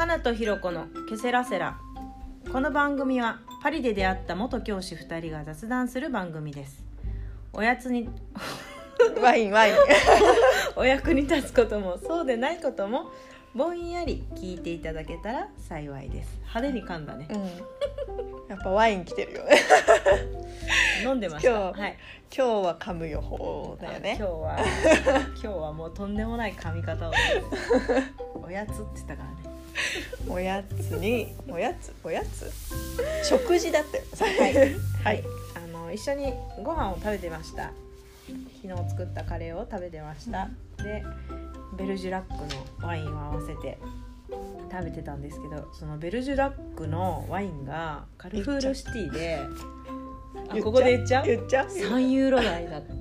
ナとヒロコのケセラセラ。この番組はパリで出会った元教師2人が雑談する番組です。おやつにワインお役に立つこともそうでないこともぼんやり聞いていただけたら幸いです。派手に噛んだね、 やっぱワイン来てるよね飲んでました。 今日は噛む予報だよね。 今日はもうとんでもない噛み方をするおやつって言ったからね。 おやつ食事だったよはい、一緒にご飯を食べてました。昨日作ったカレーを食べてました、でベルジュラックのワインを合わせて食べてたんですけど、そのベルジュラックのワインがカルフールシティでここで言っちゃう3ユーロ台だった。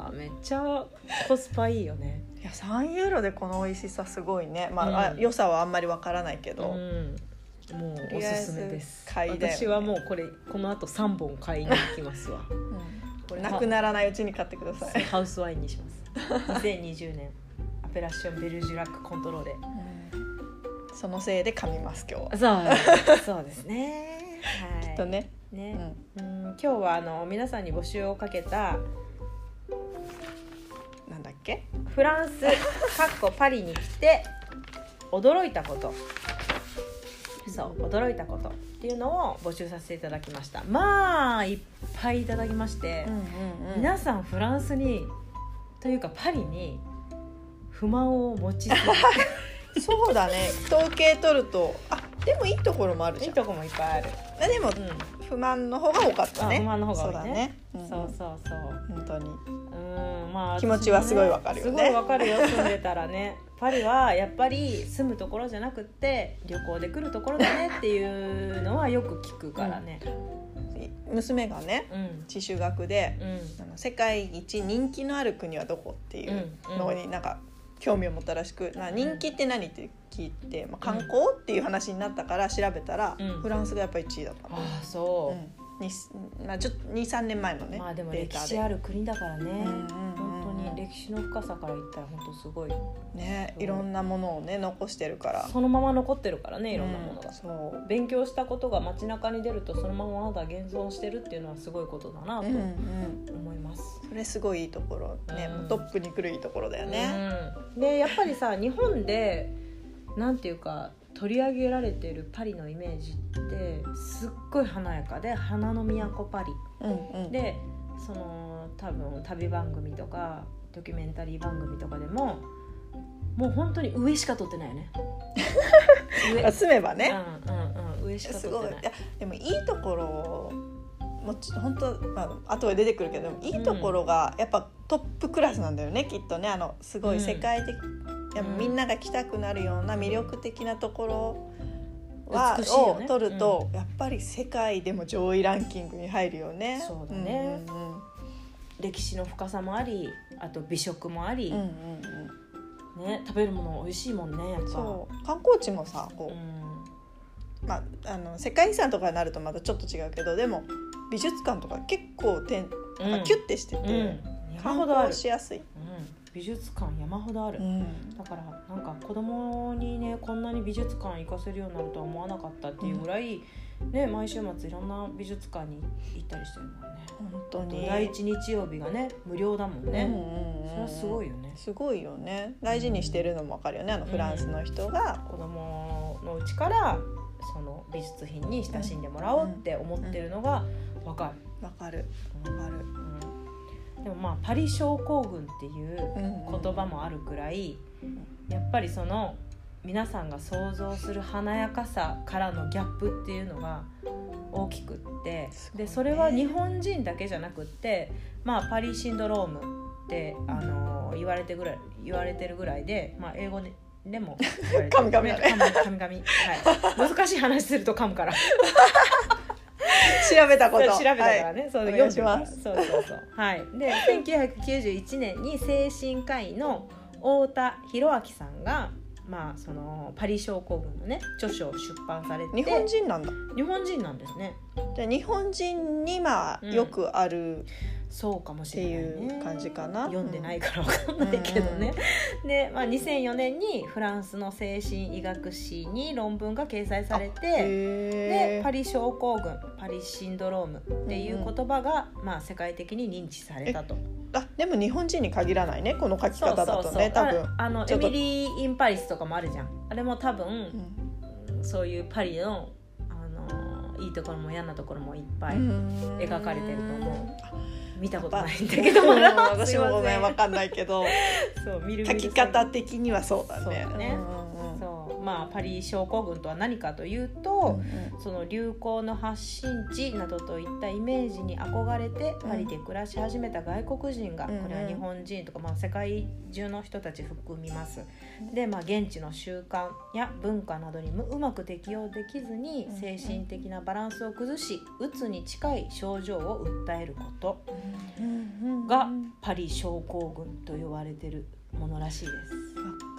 めっちゃコスパいいよね。 いや3ユーロでこの美味しさすごいね、良さはあんまりわからないけど、 もうおすすめです。私はもうこの後3本買いに行きますわ、 これなくならないうちに買ってください。 ハウスワインにします2020年アペラションベルジュラックコントローレ、 そのせいで噛みます今日は。 そうですね、はい、 きっとね、 今日は皆さんに募集をかけたなんだっけ、 フランスパリに来て驚いたこと、驚いたことっていうのを募集させていただきました。まあいっぱいいただきまして、皆さんフランスにというかパリに不満を持ちすぎそうだね、統計取るとでもいいところもあるじゃん。 いいところもいっぱいある。 でも、不満の方が多かったね。 不満の方が多いね。 そうだね、 そう本当に、 気持ちはすごいわかるよね。 すごいわかるよ。住んでたらねパリはやっぱり住むところじゃなくって旅行で来るところだねっていうのはよく聞くからね、 娘がね、地主学で、世界一人気のある国はどこっていうのになんか興味を持ったらしく、人気って何って聞いて、観光っていう話になったから調べたら、フランスがやっぱり1位だったの。 そう、 ちょっと 2,3 年前のね、 でも歴史ある国だからね、本当に歴史の深さから言ったら本当すごいね、いろんなものをね残してるから、 そのまま残ってるからね、いろんなものが、勉強したことが街中に出るとそのまままだ現存してるっていうのはすごいことだなと思います、 それすごいいいところね、トップに来るいいところだよね、 でやっぱりさ、日本でなんていうか取り上げられているパリのイメージってすっごい華やかで花の都パリ、でその多分旅番組とかドキュメンタリー番組とかでももう本当に上しか撮ってないよね住めばね、 上しか撮ってない。 いやでもいいところも本当、後で出てくるけど、いいところがやっぱトップクラスなんだよね、きっとね。すごい世界的、みんなが来たくなるような魅力的なところを取ると、やっぱり世界でも上位ランキングに入るよね。 そうだね、歴史の深さもあり、あと美食もあり、ね、食べるもの美味しいもんね、やっぱ。 そう観光地もさ世界遺産とかになるとまたちょっと違うけど、でも美術館とか結構キュッてしてて、観光しやすい、 美術館山ほどある、だからなんか子供にねこんなに美術館行かせるようになるとは思わなかったっていうぐらい、毎週末いろんな美術館に行ったりしてるもんね。 本当に第一日曜日がね無料だもんね、それはすごいよね。 すごいよね。大事にしてるのも分かるよね、フランスの人が、 子供のうちからその美術品に親しんでもらおうって思ってるのが分かる、でもパリ症候群っていう言葉もあるくらい、やっぱりその皆さんが想像する華やかさからのギャップっていうのが大きくって、でそれは日本人だけじゃなくって、パリシンドロームって言われてるぐらいで、英語でも噛む噛むだね、 難しい話すると噛むから調べたからね、そう読んでます。そうで1991年に精神科医の太田博明さんがそのパリ症候群のね著書を出版されて。 日本人なんだ。 日本人なんですね。 じゃあ日本人によくあるそうかもしれないねっていう感じかな。 読んでないから分かんないけどね、で、2004年にフランスの精神医学誌に論文が掲載されて、でパリ症候群、パリシンドロームっていう言葉が、世界的に認知されたと。 でも日本人に限らないね、この書き方だとね。多分エミリー・イン・パリスとかもあるじゃん。あれも多分、そういうパリの、いいところも嫌なところもいっぱい描かれてると思う。見たことないんだけど私もごめん分かんないけどそう見る書き方的にはそうだね。 そうね、パリ症候群とは何かというと、その流行の発信地などといったイメージに憧れてパリで暮らし始めた外国人が、これは日本人とか、世界中の人たち含みます。で、現地の習慣や文化などにうまく適応できずに精神的なバランスを崩し、うつに近い症状を訴えることがパリ症候群と呼ばれてるものらしいです。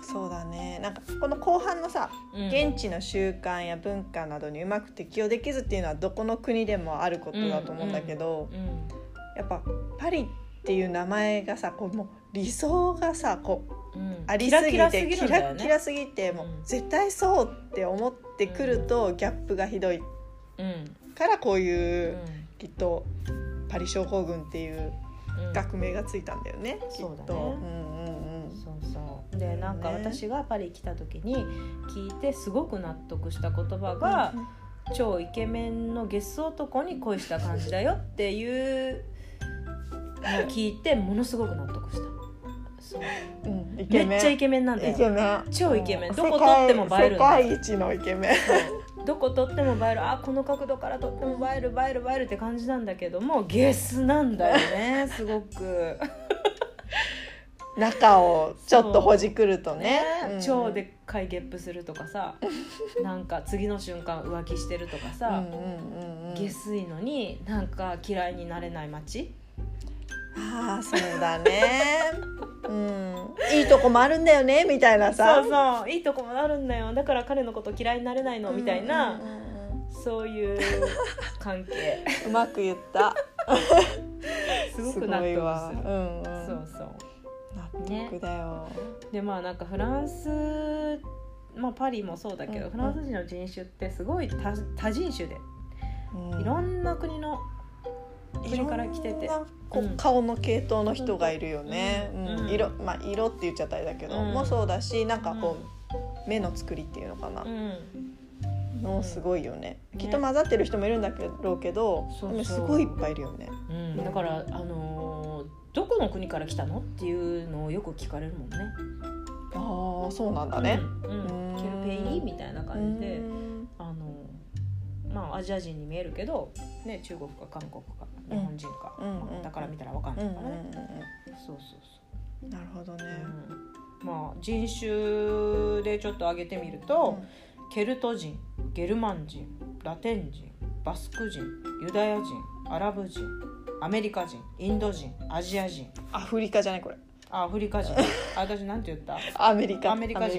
そうだね。なんかこの後半のさ、現地の習慣や文化などにうまく適応できずっていうのはどこの国でもあることだと思うんだけど、やっぱパリっていう名前がさ、こうもう理想がさこう、ありすぎてキラキラすぎて、もう絶対そうって思ってくるとギャップがひどい、からこういう、きっとパリ症候群っていう学名がついたんだよね、きっと。そうだね。 で、なんか私がパリ来た時に聞いてすごく納得した言葉が、超イケメンのゲス男に恋した感じだよっていうのを聞いてものすごく納得した。そう、めっちゃイケメンなんだよ。 イケメン、 超イケメン、どこ撮っても映えるんだよ。 世界一のイケメンどこ撮っても映える、この角度から撮っても映えるって感じなんだけども、ゲスなんだよねすごく中をちょっとほじくるとね、 超でっかいゲップするとかさなんか次の瞬間浮気してるとかさ、下水のになんか嫌いになれない街。 そうだねいいとこもあるんだよねみたいなさ。 そういいとこもあるんだよ、だから彼のこと嫌いになれないのみたいな、そういう関係うまく言ったすごく納得する。そう納得だよ、 でなんかフランス、パリもそうだけど、フランス人の人種ってすごい 多人種で、いろんな国から来てて、 顔の系統の人がいるよね、色って言っちゃったりだけど、もそうだし、なんかこう、目の作りっていうのかな、のすごいよね。きっと混ざってる人もいるんだろうけど、すごいいっぱいいるよね。 だからどこの国から来たのっていうのをよく聞かれるもんね。 そうなんだね。 ケルペイみたいな感じで、アジア人に見えるけど、ね、中国か韓国か日本人か、だから見たら分かんないからね。そうなるほどね。 人種でちょっと挙げてみると、ケルト人、ゲルマン人、ラテン人、バスク人、ユダヤ人、アラブ人、アメリカ人、インド人、アジア人。 アフリカじゃないこれ。 アフリカ人。私なんて言った？ アメリカ人。 アメリカ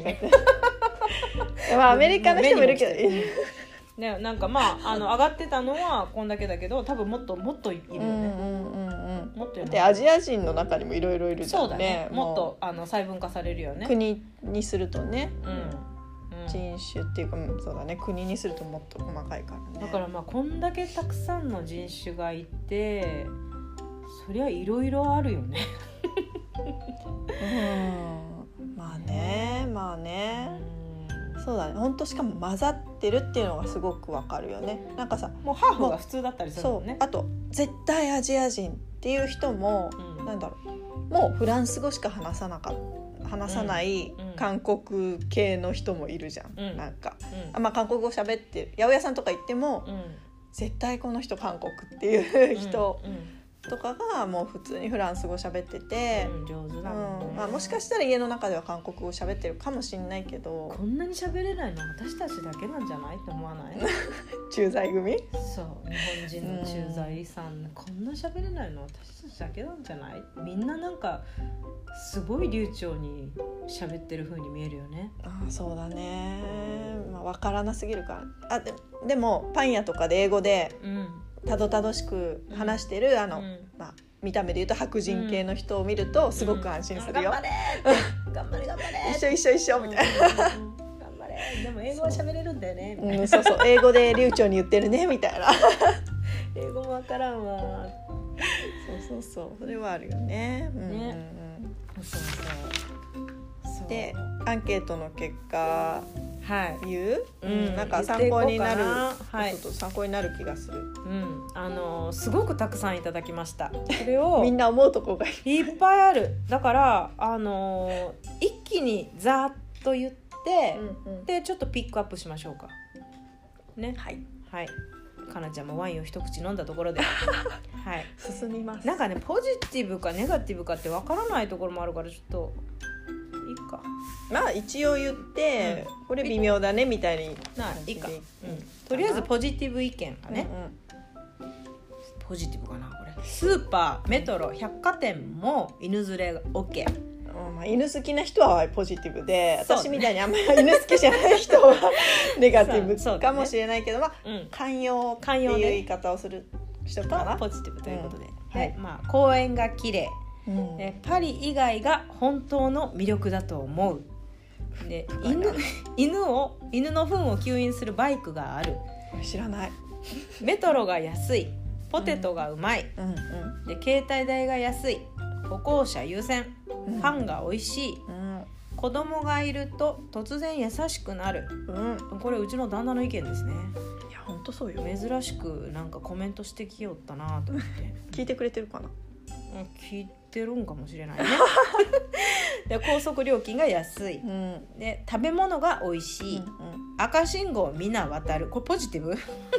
の人もいるけどね、なんか上がってたのはこんだけだけど、多分もっといるよね。もっとでアジア人の中にもいろいろいるじゃんね。 そうだね。もっと細分化されるよね。 国にするとね。人種っていうか、そうだね、国にするともっと細かいからね。 だからこんだけたくさんの人種がいて、そりゃいろいろあるよねまあね、そうだね。本当しかも混ざってるっていうのがすごくわかるよね。なんかさ、 もうハーフが普通だったりするもんね。 あと絶対アジア人っていう人も、なんだろう、もうフランス語しか話さない韓国系の人もいるじゃん、なんか、韓国語喋ってる八百屋さんとか行っても、絶対この人韓国っていう人とかがもう普通にフランス語喋ってて、 上手だもんね。 もしかしたら家の中では韓国語喋ってるかもしれないけど、 こんなに喋れないの私たちだけなんじゃないって思わない？ 駐在組？ そう、日本人の駐在さん、こんな喋れないの私たちだけなんじゃない？みんななんかすごい流暢に喋ってる風に見えるよね。 そうだね。分からなすぎるから。でもパン屋とかで英語でたどたどしく話してる見た目で言うと白人系の人を見るとすごく安心するよ、 頑張れ頑張れ頑張れ一緒みたいな、 頑張れでも英語は喋れるんだよねみたいな、 そう英語で流暢に言ってるねみたいな英語もわからんわ。 そうそれはあるよね。そうでアンケートの結果言う、なんか参考になる、参考になる気がする。 すごくたくさんいただきました。それをみんな思うとこがいっぱいある。だから一気にざーっと言って、でちょっとピックアップしましょうか。ね。はい。かなちゃんもワインを一口飲んだところで、 進みます。 なんかねポジティブかネガティブかってわからないところもあるからちょっといいか。 まあ一応言って、これ微妙だねみたいにいいか。とりあえずポジティブ意見がね。ポジティブかなこれ。スーパー、メトロ、百貨店も犬連れ OK。 犬好きな人はポジティブで、私みたいにあんまり犬好きじゃない人はネガティブかもしれないけど、寛容っていう言い方をする人かな。 ポジティブということで、公園が綺麗、パリ以外が本当の魅力だと思う。で犬の糞を吸引するバイクがある。 知らない。 メトロが安い、ポテトがうまい、で携帯代が安い、歩行者優先、パンが美味しい、子供がいると突然優しくなる、これうちの旦那の意見ですね。 いや本当そうよ。 珍しくなんかコメントしてきよったなと思って聞いてくれてるかな。 聞いてるんかもしれないねで高速料金が安い、で食べ物が美味しい、赤信号をみんな渡る。これポジティブ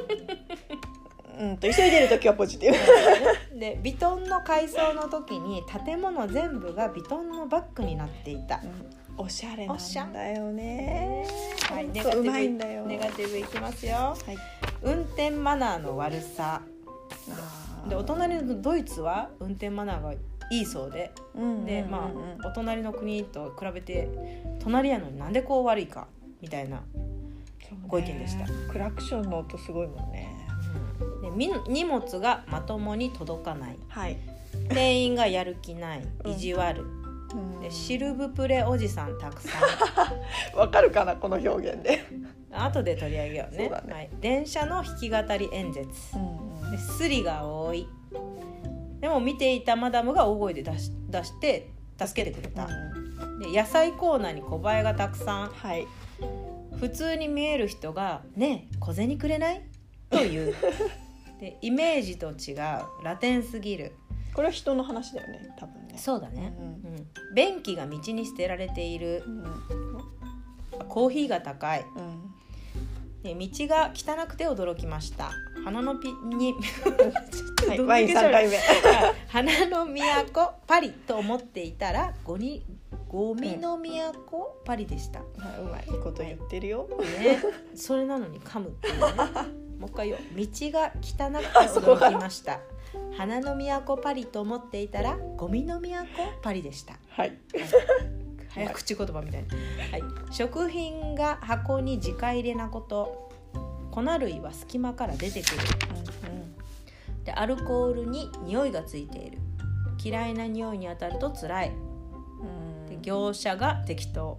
急いでる時はポジティブでヴィトンの改装の時に建物全部がヴィトンのバッグになっていた、 おしゃれなんだよね。 ネガティブいきますよ、運転マナーの悪さで、お隣のドイツは運転マナーがいいそうで、お隣の国と比べて隣やのになんでこう悪いかみたいなご意見でした。 クラクションの音すごいもんね。 で荷物がまともに届かない、店員がやる気ない、意地悪、でシルブプレおじさんたくさんわかるかなこの表現で後で取り上げようね。電車の弾き語り演説、でスリが多い。でも見ていたマダムが大声で出して助けてくれた、で野菜コーナーに小映えがたくさん、普通に見える人がねえ小銭くれないというでイメージと違う、ラテンすぎる。 これは人の話だよね多分ね。 そうだね、便器が道に捨てられている、コーヒーが高い、で道が汚くて驚きました。花のワイン3回目花の都パリと思っていたらゴミの都パリでした。 うまいこと言ってるよ、 それなのに噛むっていうねもう一回よ。道が汚くて驚きました花の都パリと思っていたらゴミの都パリでした。早口言葉みたいな、食品が箱に直入れなこと、粉類は隙間から出てくる、でアルコールに匂いがついている、嫌いな匂いに当たるとつらい、で業者が適当、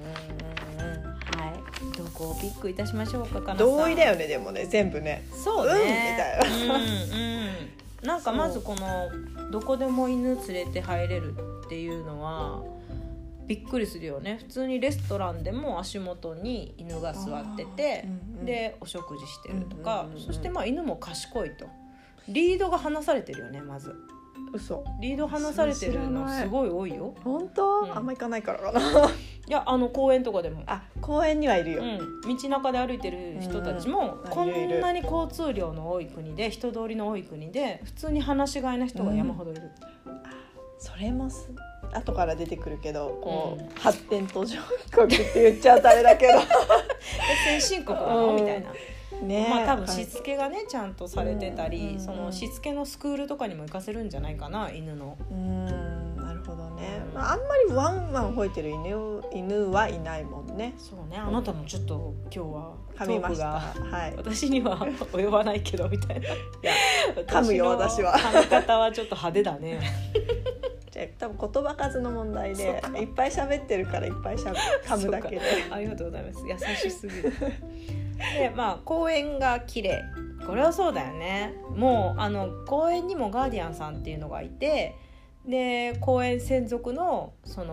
どこをピックいたしましょうか。かなさん同意だよね。でもね全部ねそうね、 みたいな、なんかまずこのどこでも犬連れて入れるっていうのはびっくりするよね。普通にレストランでも足元に犬が座ってて、でお食事してるとか、そして犬も賢いと。リードが離されてるよね。まず嘘、 リード離されてるのすごい多いよ。 本当、あんま行かないからかな。 いや公園とかでも、 公園にはいるよ、 道中で歩いてる人たちも、こんなに交通量の多い国で人通りの多い国で普通に放し飼いな人が山ほどいる、 それも後から出てくるけど、発展途上国って言っちゃうとあれだけど先進国なの、みたいなね。多分しつけがねちゃんとされてたり、そのしつけのスクールとかにも行かせるんじゃないかな、犬の。 なるほほどね、あんまりワンワン吠えてる犬はいないもんね。 そうね、あなたもちょっと今日は噛みました、 はい、私には及ばないけどみたいな。いや噛むよ私は。 噛み方はちょっと派手だね。 じゃ多分言葉数の問題でいっぱい喋ってるからいっぱい噛むだけで。 ありがとうございます。優しすぎる。でまあ公園が綺麗、これはそうだよね。もう公園にもガーディアンさんっていうのがいて、で公園専属の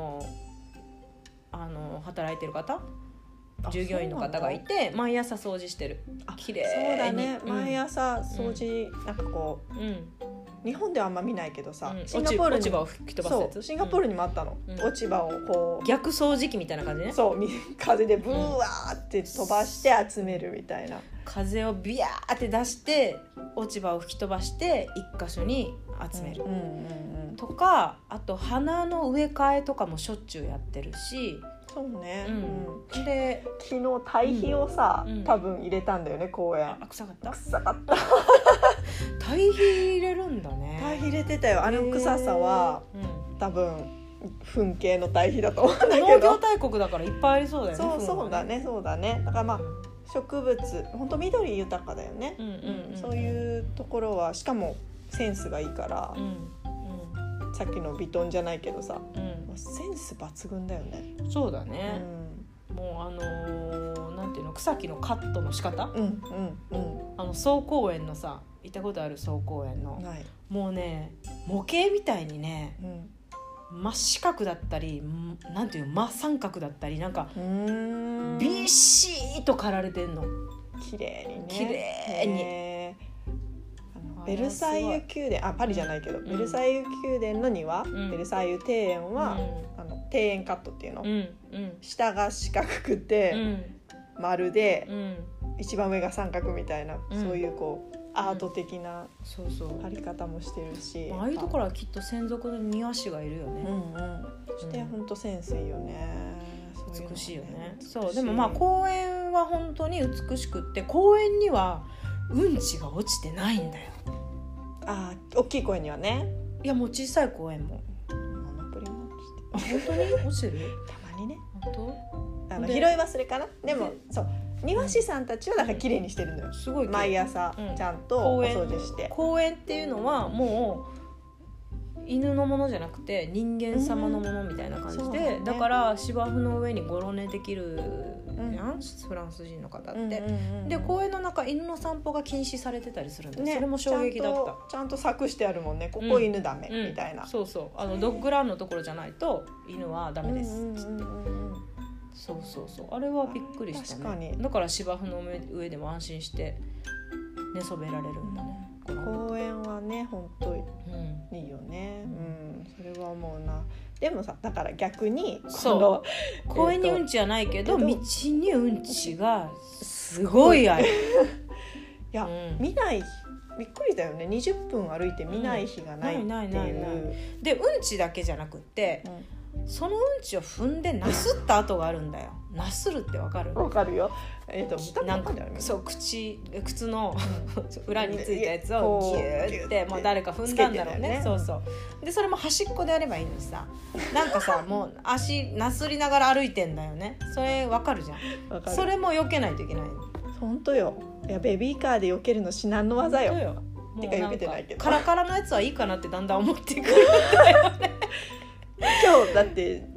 働いてる方、従業員の方がいて毎朝掃除してる。綺麗に。 そうだね、毎朝掃除、なんかこう、日本ではあんま見ないけどさ、シンガポールに落ち葉を吹き飛ばすやつ、 シンガポールにもあったの、落ち葉をこう逆掃除機みたいな感じね。 そう風でブワーって飛ばして集めるみたいな、 風をビヤーって出して落ち葉を吹き飛ばして一箇所に集める、とか、あと花の植え替えとかもしょっちゅうやってるし。 そうね、 で昨日堆肥をさ、多分入れたんだよね公園。 臭かった？ 臭かった堆肥入れるんだね。 堆肥入れてたよ。あの臭さは、多分噴景の堆肥だと思うんだけど、 農業大国だからいっぱいありそうだよね。 そうだね、そうだね。だからまあ、植物本当緑豊かだよね、そういうところはしかもセンスがいいから、さっきのビトンじゃないけどさ、センス抜群だよね。 そうだね、もうなんていうの、草木のカットの仕方、総公園のさ、行ったことある総公園の、もうね模型みたいにね、真四角だったり、なんていうの、真三角だったり、なんかビッシーと刈られてんの。 綺麗にね。 綺麗に。 ベルサイユ宮殿、パリじゃないけど、ベルサイユ宮殿の庭、ベルサイユ庭園は、庭園カットっていうの、下が四角くて、丸で、一番上が三角みたいな、そういうこうアート的な貼り方もしてるし、 ああいうところはきっと専属の庭師がいるよね。 そして本当センスいいよね。 美しいよね。そう、でもまあ公園は本当に美しくって、公園にはうんちが落ちてないんだよ。 大きい公園にはね。 いや、もう小さい公園も。 モノプリも落ちて。 本当に落ちてる？ たまにね。 本当？ 拾い忘れかな。でもそう庭師さんたちはだから綺麗にしてるのよ。すごい毎朝ちゃんとお掃除して。 公園っていうのはもう犬のものじゃなくて人間様のものみたいな感じで、だから芝生の上にゴロ寝できるじゃん、フランス人の方って、で公園の中犬の散歩が禁止されてたりするんで、それも衝撃だった。 ちゃんと柵してあるもんね、ここ犬ダメみたいな。 そうそう、ドッグランのところじゃないと犬はダメです。そうあれはびっくりしたね。だから芝生の上でも安心して寝そべられるんだね。 公園はね本当いいよね、それは思うな。でもさ、だから逆に公園にうんちはないけど道にうんちがすごいある。いや、見ないびっくりだよね。20分歩いて見ない日がないっていう。 でうんちだけじゃなくって、そのうんちを踏んでなすった跡があるんだよ。なするってわかる？ わかるよ。 なんかそう靴の裏についたやつをギューって、もう誰か踏んだんだろうね。そうでそれも端っこでやればいいのにさ、なんかさもう足なすりながら歩いてんだよね。それわかるじゃん。それも避けないといけない。 本当よ。いやベビーカーで避けるの至難の技よ。てか避けてないけど。 カラカラのやつはいいかなってだんだん思ってくるんだよね。 今日だって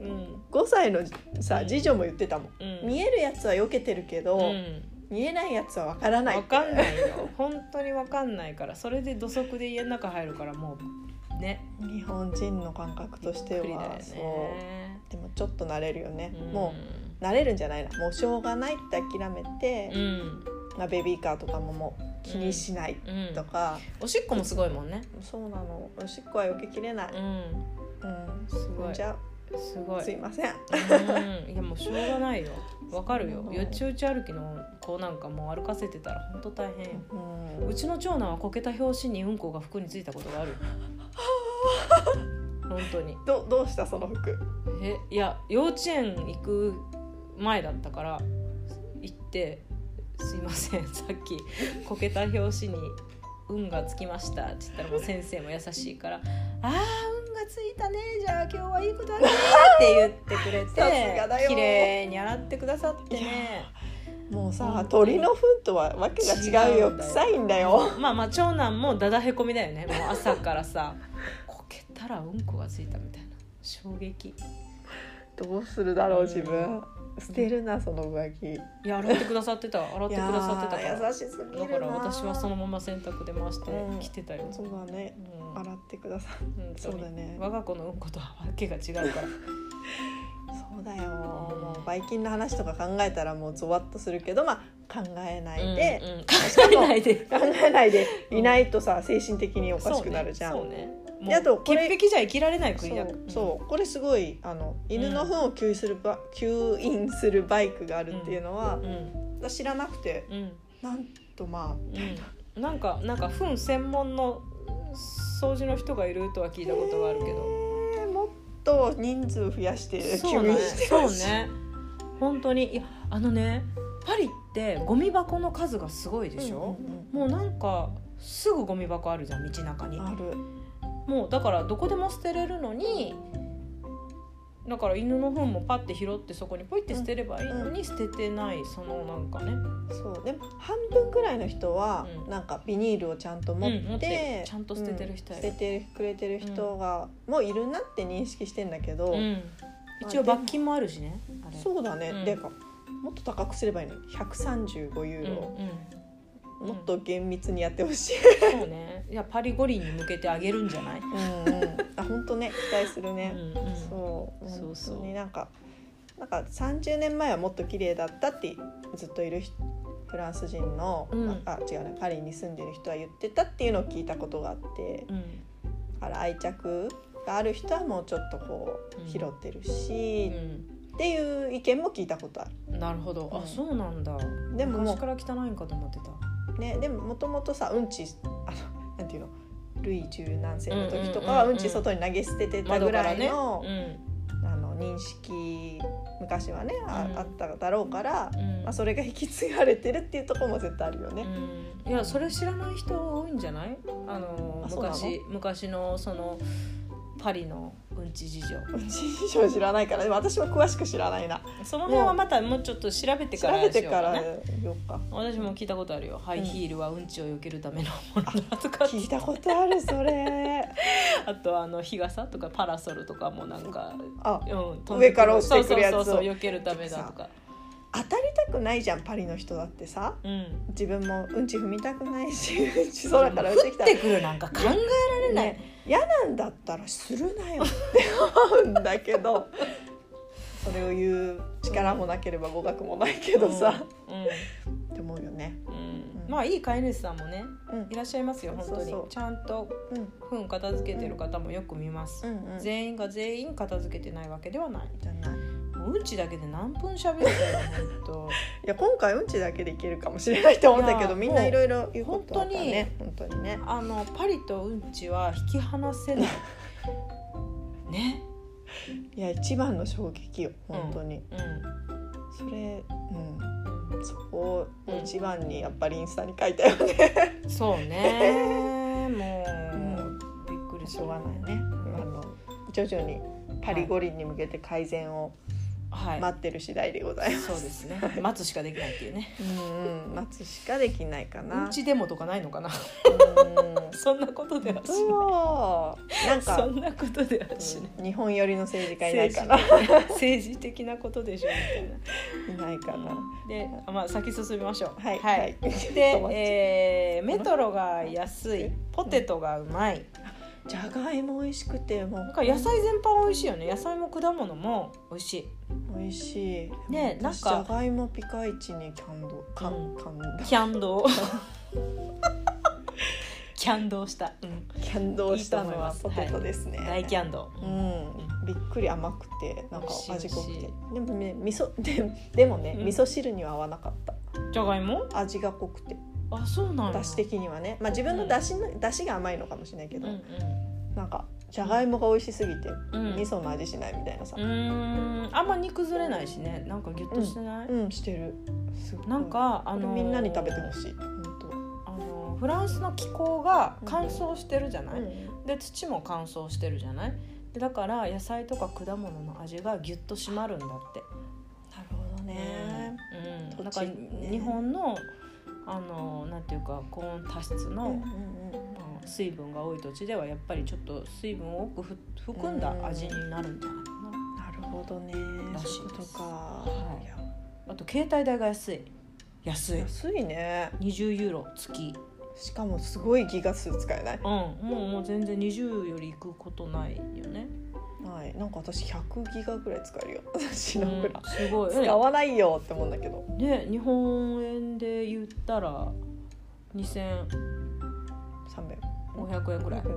、5歳のさ次女も言ってたもん、見えるやつは避けてるけど、見えないやつは分からない。 分かんないよ。本当に分かんないから、それで土足で家の中入るからもうね、 日本人の感覚としては、そうでもちょっと慣れるよね、もう慣れるんじゃないな、もうしょうがないって諦めて、ベビーカーとかももう気にしないとか、 おしっこもすごいもんね。 そうなの、おしっこは避けきれない。すごい。じゃすごい。 すいません。 いやもうしょうがないよ。わかるよ。よちよち歩きの子なんかもう歩かせてたら本当大変よ。うちの長男はこけた拍子にうんこが服についたことがある。本当に。 どうしたその服？ いや幼稚園行く前だったから行って、すいませんさっきこけた拍子に運がつきましたって言ったら、もう先生も優しいから、運がついたね、じゃあ今日はいいことあるねって言ってくれてさすがだよ綺麗に洗ってくださってね。 もうさ鳥の糞とはわけが違うよ、臭いんだよ。 まあ長男もだだへこみだよね。もう朝からさこけたらうんこがついたみたいな衝撃。 どうするだろう自分、捨てるなその上着。 いや洗ってくださってたから優しすぎるな。 だから私はそのまま洗濯で回して着てたよ、 そうだね、洗ってください、そうだね。 我が子のうんことはわけが違うからそうだよ、もうばい菌の話とか考えたらもうゾワッとするけど、まあ考えないで、 考えないでいないとさ精神的におかしくなるじゃん。 そうね。 であとこれ潔癖じゃ生きられない国だ。 そうこれすごい犬の糞を吸引するバイクがあるっていうのは、私知らなくて、なんとまあ、 なんか糞専門の掃除の人がいるとは聞いたことがあるけど、 もっと人数増やして吸引してほしい。 そうね本当に。いやパリってゴミ箱の数がすごいでしょ、もうなんかすぐゴミ箱あるじゃん、道中に。 ある。 もうだからどこでも捨てれるのに、だから犬の糞もパッて拾ってそこにポイって捨てればいいのに捨ててない、そのなんかね。 そうでも半分くらいの人はなんかビニールをちゃんと持って、 ちゃんと捨ててる人や捨ててくれてる人がもういるなって認識してんだけど、 一応罰金もあるしねあれ。 そうだね、でかもっと高くすればいいのに135ユーロ、もっと厳密にやってほしい。 そうね。いやパリ五輪に向けてあげるんじゃない？ 本当ね期待するね。そう本当になんか30年前はもっと綺麗だったってずっといるフランス人の、違うねパリに住んでる人は言ってたっていうのを聞いたことがあって、だから愛着がある人はもうちょっとこう拾ってるし、っていう意見も聞いたことある。 なるほど。あ、そうなんだ。でも昔から汚いんかと思ってた。 ね、でももともとさうんちなんていうのルイ十何世の時とかはうんち外に投げ捨ててたぐらいの認識昔はね あっただろうから、まあ、それが引き継がれてるっていうところも絶対あるよね。 いやそれ知らない人多いんじゃない？昔のそのパリのうんち事情。 うんち事情知らないから、でも私も詳しく知らないな。 その辺はまたもうちょっと調べてからしようかね。私も聞いたことあるよ。ハイヒールはうんちを避けるためのものだとか。 聞いたことあるそれ。 あと日傘とかパラソルとかもなんか、 上から落ちてくるやつをそう避けるためだとか。 当たりたくないじゃんパリの人だってさ、自分もうんち踏みたくないし、うんち空から落ちてきたら降ってくるなんか考えられない、 嫌なんだったらするなよって思うんだけどそれを言う力もなければ語学もないけどさ、って思うよね。 まあいい飼い主さんもね、いらっしゃいますよ本当に。ちゃんと糞片付けてる方もよく見ます。全員が全員片付けてないわけではない。 じゃない。 うんちだけで何分喋ったよ本当。 いや今回うんちだけでいけるかもしれないと思うんだけど、みんないろいろ言うことあったね。本当にね。 パリとうんちは引き離せないね。 いや一番の衝撃よ本当に。それそこを一番にやっぱりインスタに書いたよね。 そうね。もうびっくりしょうがないね。徐々にパリ五輪に向けて改善を待ってる次第でございます。 そうですね。待つしかできないっていうね。 待つしかできないかな。 うんちデモとかないのかな。そんなことではしない。なんかそんなことではしない。 日本寄りの政治家いないかな。 政治的なことでしょみたいな。 いないかな。 で、まあ先進みましょう。 はい。 で、メトロが安い、ポテトがうまい。 じゃがいも美味しくてもうなんか野菜全般美味しいよね。野菜も果物も美味しい。 美味しい。 ね、なんかじゃがいもピカイチにキャンドキャンドキャンドしたのはポテトですね。 大キャンド。 びっくり甘くてなんか味濃くて。でもねでもね味噌汁には合わなかった。 じゃがいも？ 味が濃くて。 あ、そうなんだ。 だし的にはね、まあ自分のだしが甘いのかもしれないけど、なんかじゃがいもが美味しすぎて、味噌の味しないみたいなさ。 あんま煮崩れないしね、なんかギュッとしてない？ してる。 なんかみんなに食べてほしい。 フランスの気候が乾燥してるじゃない？で土も乾燥してるじゃない？ででだから野菜とか果物の味がギュッと締まるんだって。 なるほどね、 だから日本のなんていうか高温多湿の、水分が多い土地ではやっぱりちょっと水分を多く含んだ味になるんじゃないかな。 なるほどね。 らしいです。 はい、 あと携帯代が安いね。 20ユーロ月。 しかもすごいギガ数使えない？ もう全然20よりいくことないよね。 はい、なんか私100ギガぐらい使えるよ。私のプラン、 すごい使わないよって思うんだけどね。日本円で言ったら2300、500円くらい、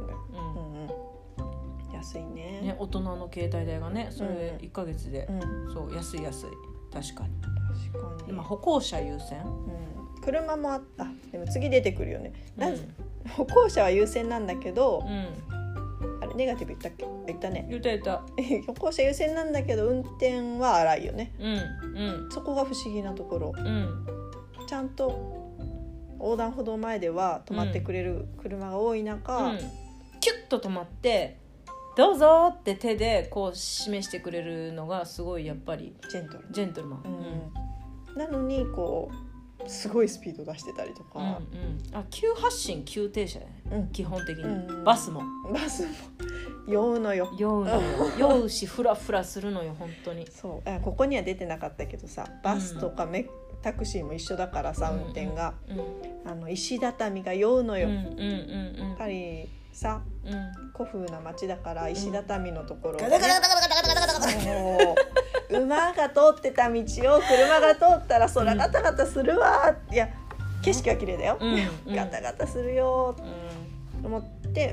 安い ね。 大人の携帯代がね、それ1ヶ月で、そう安い確かに。今歩行者優先、 車もでも次出てくるよね。歩行者は優先なんだけど、あれネガティブ言ったっけ？言ったね。 言った歩行者優先なんだけど運転は荒いよね。そこが不思議なところ、ちゃんと横断歩道前では止まってくれる車が多い中、 キュッと止まってどうぞって手でこう示してくれるのがすごいやっぱりジェントルマン、 なのにこうすごいスピード出してたりとか、 急発進急停車だね、基本的に、バスも酔うのよ酔うしフラフラするのよ本当に。 そうここには出てなかったけどさ、バスとかタクシーも一緒だからさ、運転が、石畳が酔うのよ、やっぱりさ、古風な街だから石畳のところを、ね、ガタガタガタガタガタガタガタ馬が通ってた道を車が通ったら空ガタガタするわ。いや景色は綺麗だよ、ガタガタするよと思って、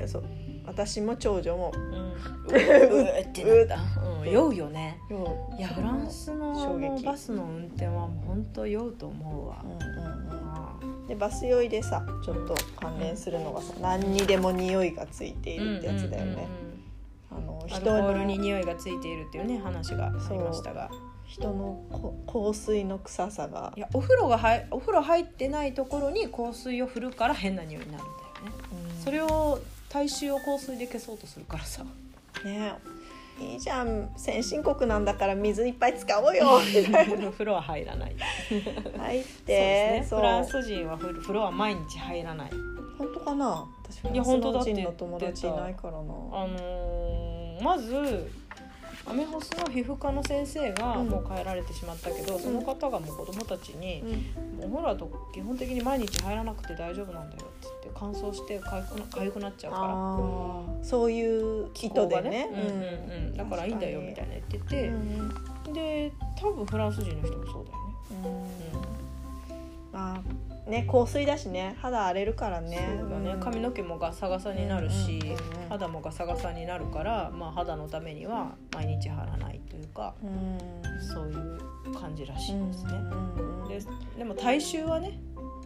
そう私も長女もってなった、酔うよね。いやフランスのバスの運転は本当酔うと思うわ。 でバス酔いでさちょっと関連するのがさ、何にでも匂いがついているってやつだよね。 アルコールに匂いがついているっていうね話がありましたが、 人の香水の臭さが、 いやお風呂入ってないところに香水を振るから変な匂いになるんだよね。それを体臭を香水で消そうとするからさね。いいじゃん先進国なんだから水いっぱい使おうよみたいな。 風呂は入らない入ってフランス人は風呂は毎日入らない。 本当かな。私フランス人の友達いないからな。まずアメホスの皮膚科の先生がもう帰られてしまったけど、その方がもう子供たちに、お風呂だと基本的に毎日入らなくて大丈夫なんだよって言って、乾燥してかゆくなっちゃうから、 そういう意図でね、 だからいいんだよみたいな言ってて、で多分フランス人の人もそうだよね。 ね、香水だしね、肌荒れるからね。 そうだね、髪の毛もガサガサになるし、肌もガサガサになるから、肌のためには毎日貼らないというか、そういう感じらしいですね。でも体臭はね、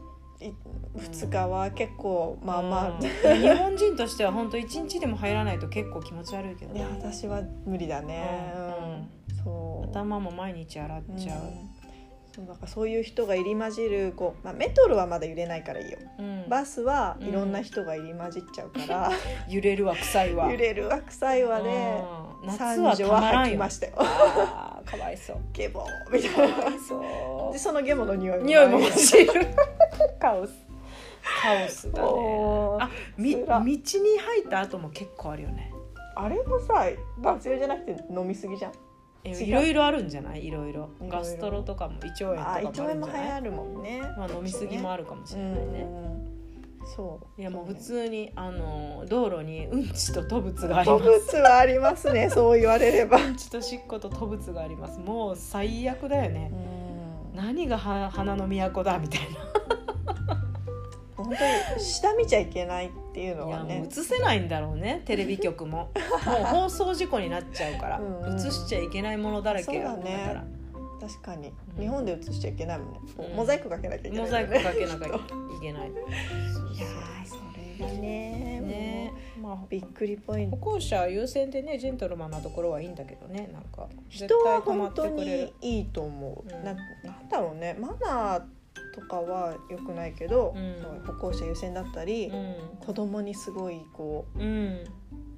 2日は結構日本人としては本当1日でも入らないと結構気持ち悪いけどね。 いや私は無理だね。 そう頭も毎日洗っちゃう。 だからそういう人が入り混じるメトロはまだ揺れないからいいよ、バスはいろんな人が入り混じっちゃうから、 揺れるわ臭いわ揺れるわ臭いわで、 夏はたまらんよ。 吐きましたよ。 かわいそう。 ゲボみたいな。でそのゲボの匂いも混じる。カオスだね。道に入った後も結構あるよね。 あれもさバス用じゃなくて飲みすぎじゃん。 いろいろあるんじゃない？いろいろガストロとかも胃腸炎とかもあるんじゃない？ 胃腸炎も流行るもんね。 飲みすぎもあるかもしれないね。 そういやもう普通に道路にうんちと吐物があります。 吐物はありますね。そう言われれば。 うんちとしっこと吐物があります。もう最悪だよね。何が花の都だみたいな。 本当に下見ちゃいけないっていうのはね。 いやもう映せないんだろうね、テレビ局も。もう放送事故になっちゃうから、映しちゃいけないものだらけだから。 確かに日本で映しちゃいけないもんね。モザイクかけなきゃいけない。 モザイクかけなきゃいけない。いやそれがねびっくりポイント。 歩行者優先でね、ジェントルマンなところはいいんだけどね、なんか人は本当にいいと思う。なんだろうね、マナーとかは良くないけど、歩行者優先だったり、子供にすごいなん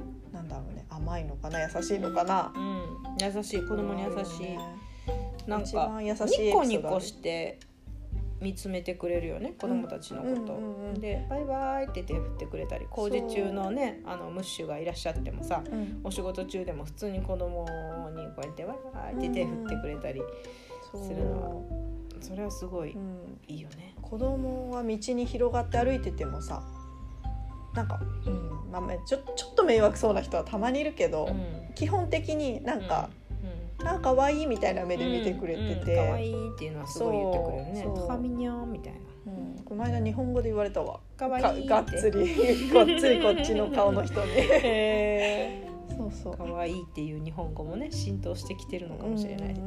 なんだろうね、甘いのかな、優しいのかな、 優しい、子供に優しい、ね、なんか一番優しいエピソードある。 ニコニコして見つめてくれるよね、子供たちのこと、でバイバイって手振ってくれたり、工事中のねムッシュがいらっしゃってもさ、お仕事中でも普通に子供にこうやってバイバイって手振ってくれたりするのは、それはすごいいいよね。 子供は道に広がって歩いててもさ、なんか、ちょっと迷惑そうな人はたまにいるけど、基本的になんか、なんか可愛いみたいな目で見てくれてて、 可愛いっていうのはすごい言ってくれるね。高見にゃんみたいな。 この間日本語で言われたわ。 可愛いがっつりこっちの顔の人に。そうそう。 可愛いっていう日本語もね浸透してきてるのかもしれない。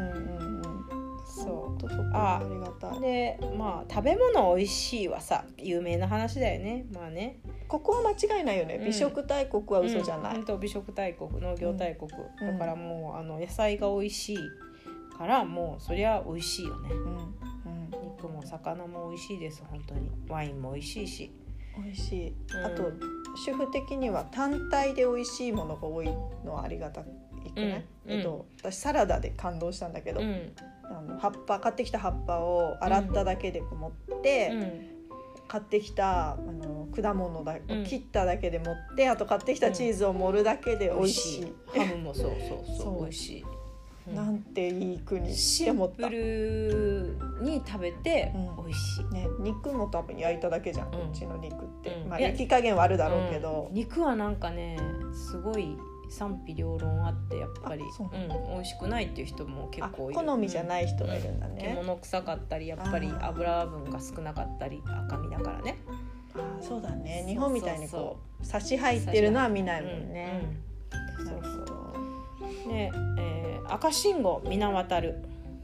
そう。 ありがたい。 で食べ物美味しいはさ有名な話だよね。 ここは間違いないよね。美食大国は嘘じゃない。 美食大国、農業大国、だからもう野菜が美味しいからもうそりゃ美味しいよね。肉も魚も美味しいです。本当にワインも美味しいし。 美味しい。あと主婦的には単体で美味しいものが多いのはありがたいくね。私サラダで感動したんだけど、買ってきた葉っぱを洗っただけで持って。買ってきた果物を切っただけで持って、あと買ってきたチーズを盛るだけで美味しい、 ハムもそう美味しい、 なんていい国シンプルに食べて美味しい、 肉も多分焼いただけじゃん、こっちの肉って、焼き加減はあるだろうけど、 肉はなんかねすごい賛否両論あって、やっぱり美味しくないっていう人も結構いる。 好みじゃない人がいるんだね。 獣臭かったり、やっぱり油分が少なかったり、赤身だからね。 そうだね、日本みたいにこうサシ入ってるのは見ないもんね。 で、赤信号皆渡る、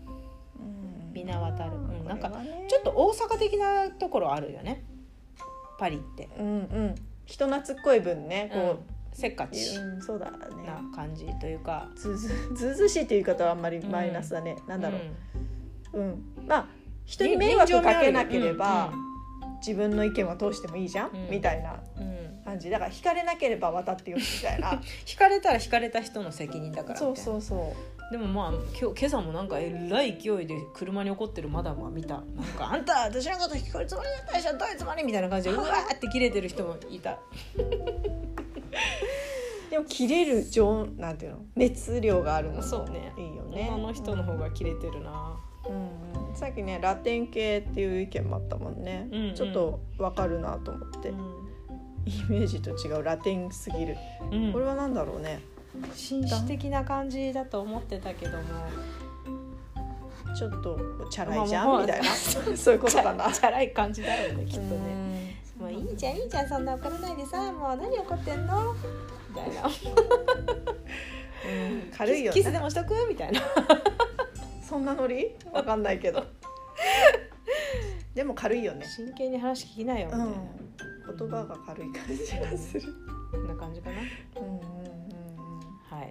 なんかちょっと大阪的なところあるよね、パリって。 人懐っこい分ね、こうせっかちそうだねな感じというか、 ずうずしいという言い方はあんまりマイナスだね。なんだろう、人に迷惑かけなければ自分の意見は通してもいいじゃん、みたいな感じだから、惹かれなければ渡ってよしみたいな惹かれたら惹かれた人の責任だからみたいな。 そうでも今朝もなんかえらい勢いで車に怒ってるマダムは見た。なんかあんた私のこと聞こえるつもりだったでしょ、どういうつもりみたいな感じでうわーってキレてる人もいたでも切れるなんていうの、熱量があるのもいいよね。 女の人の方が切れてるな。 さっきねラテン系っていう意見もあったもんね。ちょっと分かるなと思って、イメージと違うラテンすぎる、これはなんだろうね、 紳士的な感じだと思ってたけども、 ちょっとチャラいじゃんみたいなそういうことかな。 チャラい感じだろうね、きっとね。もういいじゃんそんな怒らないでさ、もう何怒ってんのみたいな軽いよね。 キスでもしとくみたいなそんなノリわかんないけどでも軽いよね。 真剣に話聞きないよみたいな、 言葉が軽い感じがする。 こんな感じかな。はい、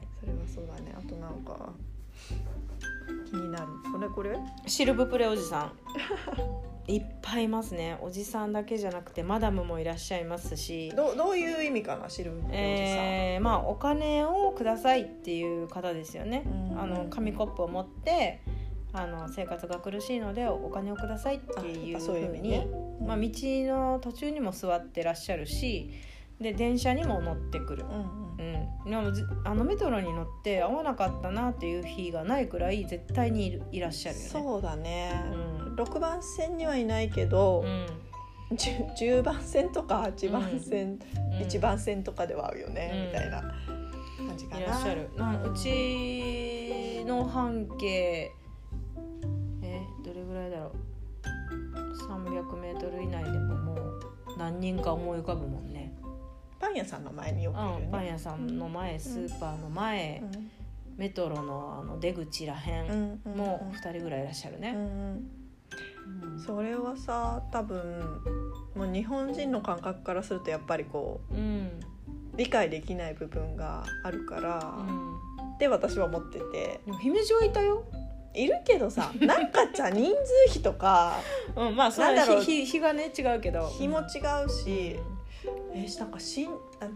それはそうだね。あとなんか気になるこれシルブプレおじさんいっぱいいますね。おじさんだけじゃなくてマダムもいらっしゃいますし。 どういう意味かな、シルブプレおじさん。 お金をくださいっていう方ですよね。紙コップを持って生活が苦しいのでお金をくださいっていうふうに、道の途中にも座ってらっしゃるし、で電車にも乗ってくる、でもメトロに乗って合わなかったなっていう日がないくらい絶対にいらっしゃるよね。 そうだね、6番線にはいないけど、10番線とか8番線、1番線とかではあるよね、みたいな感じかな。 いらっしゃる。うちの半径どれぐらいだろう、300メートル以内でももう何人か思い浮かぶもんね。 パン屋さんの前によくいるよね。 パン屋さんの前、スーパーの前、メトロの出口らへんも2人ぐらいいらっしゃるね。 それはさ、多分もう日本人の感覚からするとやっぱりこう、理解できない部分があるから、って私は思ってて。 でも姫路はいたよ。 いるけどさ、なんかじゃ人数比とかそう日がね違うけど日も違うし、なんかなんていうの、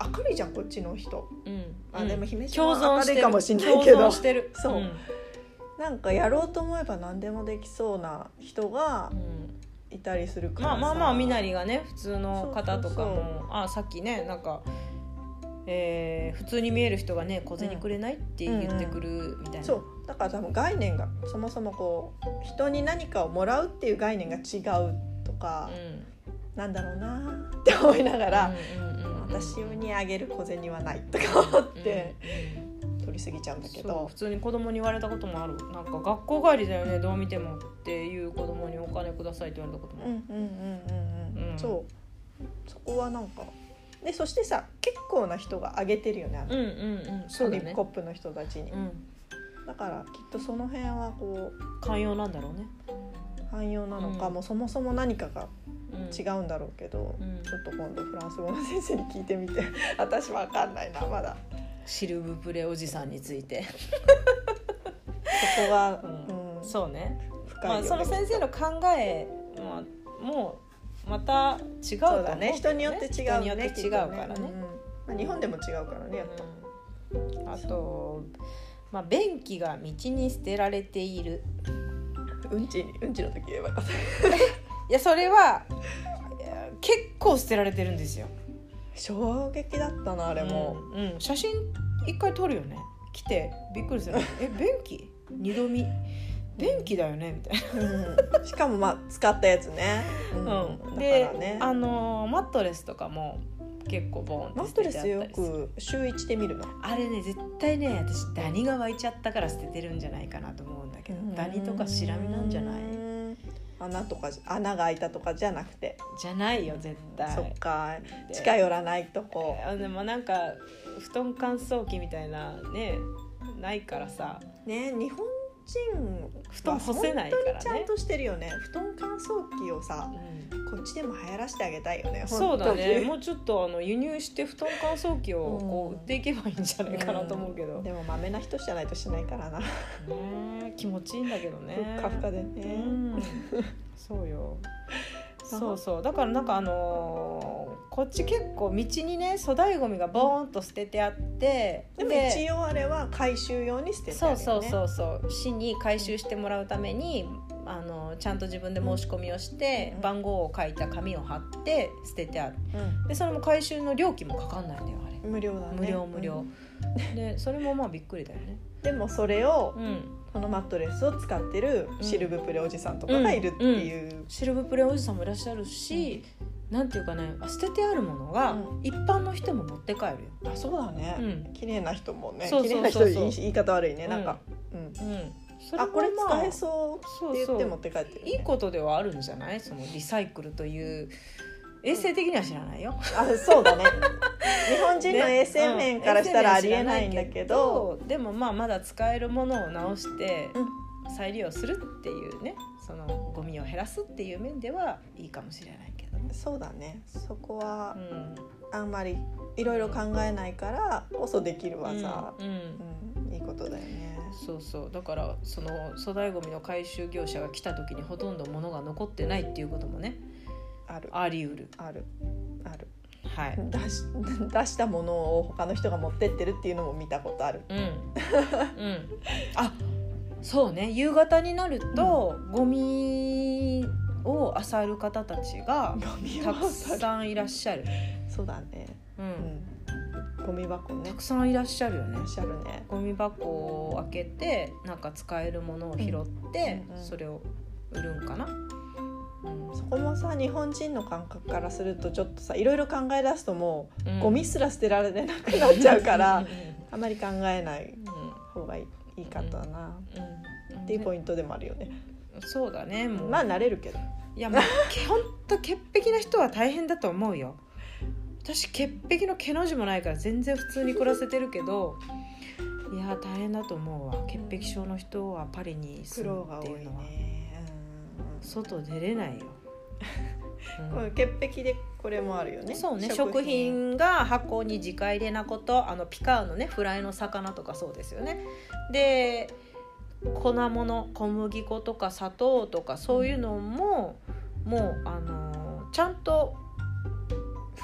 明るいじゃんこっちの人、でも姫島共存は明るいかもしれない共けど存してるそう、なんかやろうと思えば何でもできそうな人がいたりするからさ、 まあみなりがね普通の方とかもさっきねなんか、普通に見える人がね小銭くれないって言ってくるみたいな、 そうだから多分概念がそもそもこう人に何かをもらうっていう概念が違うとか、なんだろうなって思いながら、私にあげる小銭はないとか思って取りすぎちゃうんだけど、 普通に子供に言われたこともある。なんか学校帰りだよねどう見てもっていう子供にお金くださいって言われたこともある。 そこはなんかでそしてさ結構な人があげてるよねそうだねコップの人たちに、だからきっとその辺はこう寛容なんだろうね。 寛容なのか、もうそもそも何かが違うんだろうけど、ちょっと今度フランス語の先生に聞いてみて私わかんないなまだシルブプレおじさんについてそこは、 そうね深いよね、 その先生の考え、もうまた違うと思うけどね。 人によって違うね。 人によって違うからね、 日本でも違うからねやっぱ、 あと、便器が道に捨てられている。 うんちの時言えばよかったいやそれは結構捨てられてるんですよ。 衝撃だったなあれも、 写真一回撮るよね。来てびっくりする便器二度見便器だよねみたいな、しかも使ったやつね、 で、マットレスとかも結構ボーンって捨ててあったりする。 マットレスよく週1で見るの。あれね絶対ね私ダニが湧いちゃったから捨ててるんじゃないかなと思うんだけど、ダニとかシラミなんじゃない？ 穴が開いたとかじゃなくて。 じゃないよ絶対。 そっか近寄らないとこ。 でもなんか布団乾燥機みたいなねないからさね、日本布団干せないからね。 本当にちゃんとしてるよね。布団乾燥機をさ、こっちでも流行らせてあげたいよね。 そうだね。もうちょっと輸入して布団乾燥機をこう売っていけばいいんじゃないかなと思うけど、 でもまめな人じゃないとしないからな。ね、 気持ちいいんだけどね。 ふっかふかでね。 そうよ。そうだからなんかこっち結構道にね粗大ごみがボーンと捨ててあって、 でも一応あれは回収用に捨ててあるよね。 そう市に回収してもらうためにちゃんと自分で申し込みをして、番号を書いた紙を貼って捨ててある、でそれも回収の料金もかかんないんだよあれ。 無料だね。 無料、でそれもびっくりだよね。 でもそれを、このマットレスを使ってるシルブプレおじさんとかがいるっていう、 シルブプレおじさんもいらっしゃるし、なんていうかね捨ててあるものが一般の人も持って帰るよ。 そうだね、綺麗な人もね。 綺麗な人言い方悪いね、なんか、これ使えそうって言って持って帰ってる、 いいことではあるんじゃない？そのリサイクルという衛生的には知らないよ。 そうだね。日本人の衛生面からしたらありえないんだけど、 でもまだ使えるものを直して再利用するっていうね、そのゴミを減らすっていう面ではいいかもしれないけどね。 そうだね。そこは、あんまりいろいろ考えないからこそできる技、いいことだよね。 そうだからその粗大ゴミの回収業者が来た時にほとんど物が残ってないっていうこともねあり得る。 ある、 はい、 出したものを他の人が持ってってるっていうのも見たことある。 あ、そうね。夕方になると、ゴミを漁る方たちがたくさんいらっしゃる。 そうだね。ゴミ箱ね。 たくさんいらっしゃるよね。ゴミ箱を開けてなんか使えるものを拾って、それを売るんかな。 そこもさ日本人の感覚からするとちょっとさいろいろ考え出すともう、ゴミすら捨てられなくなっちゃうからあまり考えない方がいいかったな、っていうポイントでもあるよね。 そうだね。もう慣れるけど、 いやほんと潔癖な人は大変だと思うよ。私潔癖の毛の字もないから全然普通に暮らせてるけど、いや大変だと思うわ。潔癖症の人はパリに住むっていうのは外出れないよ。 潔癖でこれもあるよね。 そうね。食品が箱に直入れなこと、ピカーのねフライの魚とかそうですよね。で粉物、小麦粉とか砂糖とかそういうのも、もうちゃんと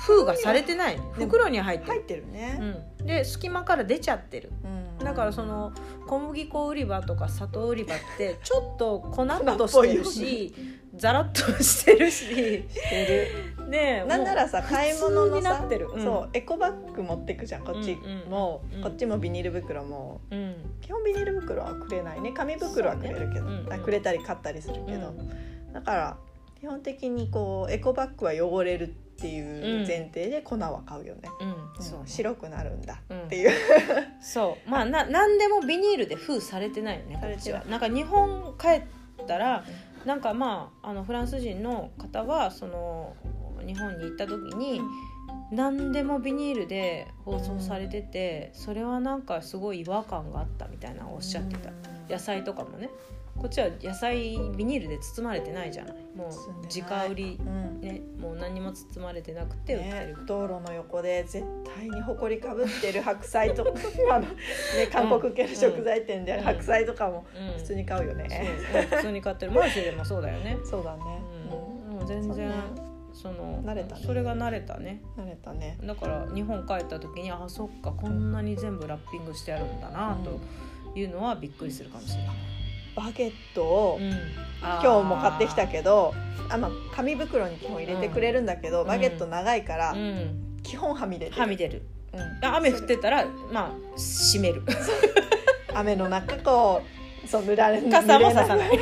封がされてない、袋に入ってる、 入ってるね、 で隙間から出ちゃってる、だからその小麦粉売り場とか砂糖売り場ってちょっと粉っとしてるしザラッとしてるしでなんならさ買い物のさ普通になってる、 そうエコバッグ持ってくじゃんこっちも、こっちもビニール袋も、基本ビニール袋はくれないね、紙袋はくれるけど、くれたり買ったりするけど、だから基本的にこうエコバッグは汚れるっていう前提で粉は買うよね、そう白くなるんだっていう、 そうまあなんでもビニールで封されてないよねこっちは。なんか日本帰ったら、なんかまあフランス人の方はその日本に行った時に、何でもビニールで包装されてて、それはなんかすごい違和感があったみたいなのをおっしゃってた。野菜とかもね、こっちは野菜ビニールで包まれてないじゃない、もう直売り、もう何も包まれてなくて売ってる、 道路の横で絶対にほこりかぶってる白菜とか韓国系の食材店で白菜とかも普通に買うよね、 普通に買ってる。マルシェでもそうだよね。 そうだね、 もう全然その慣れたね、 それが慣れたね。だから日本帰った時にそっかこんなに全部ラッピングしてあるんだなというのはびっくりするかもしれない。 バゲットを、今日も買ってきたけど紙袋に基本入れてくれるんだけど、バゲット長いから、基本はみ出てる、 雨降ってたらまあ閉める雨の中こう濡られ傘もささない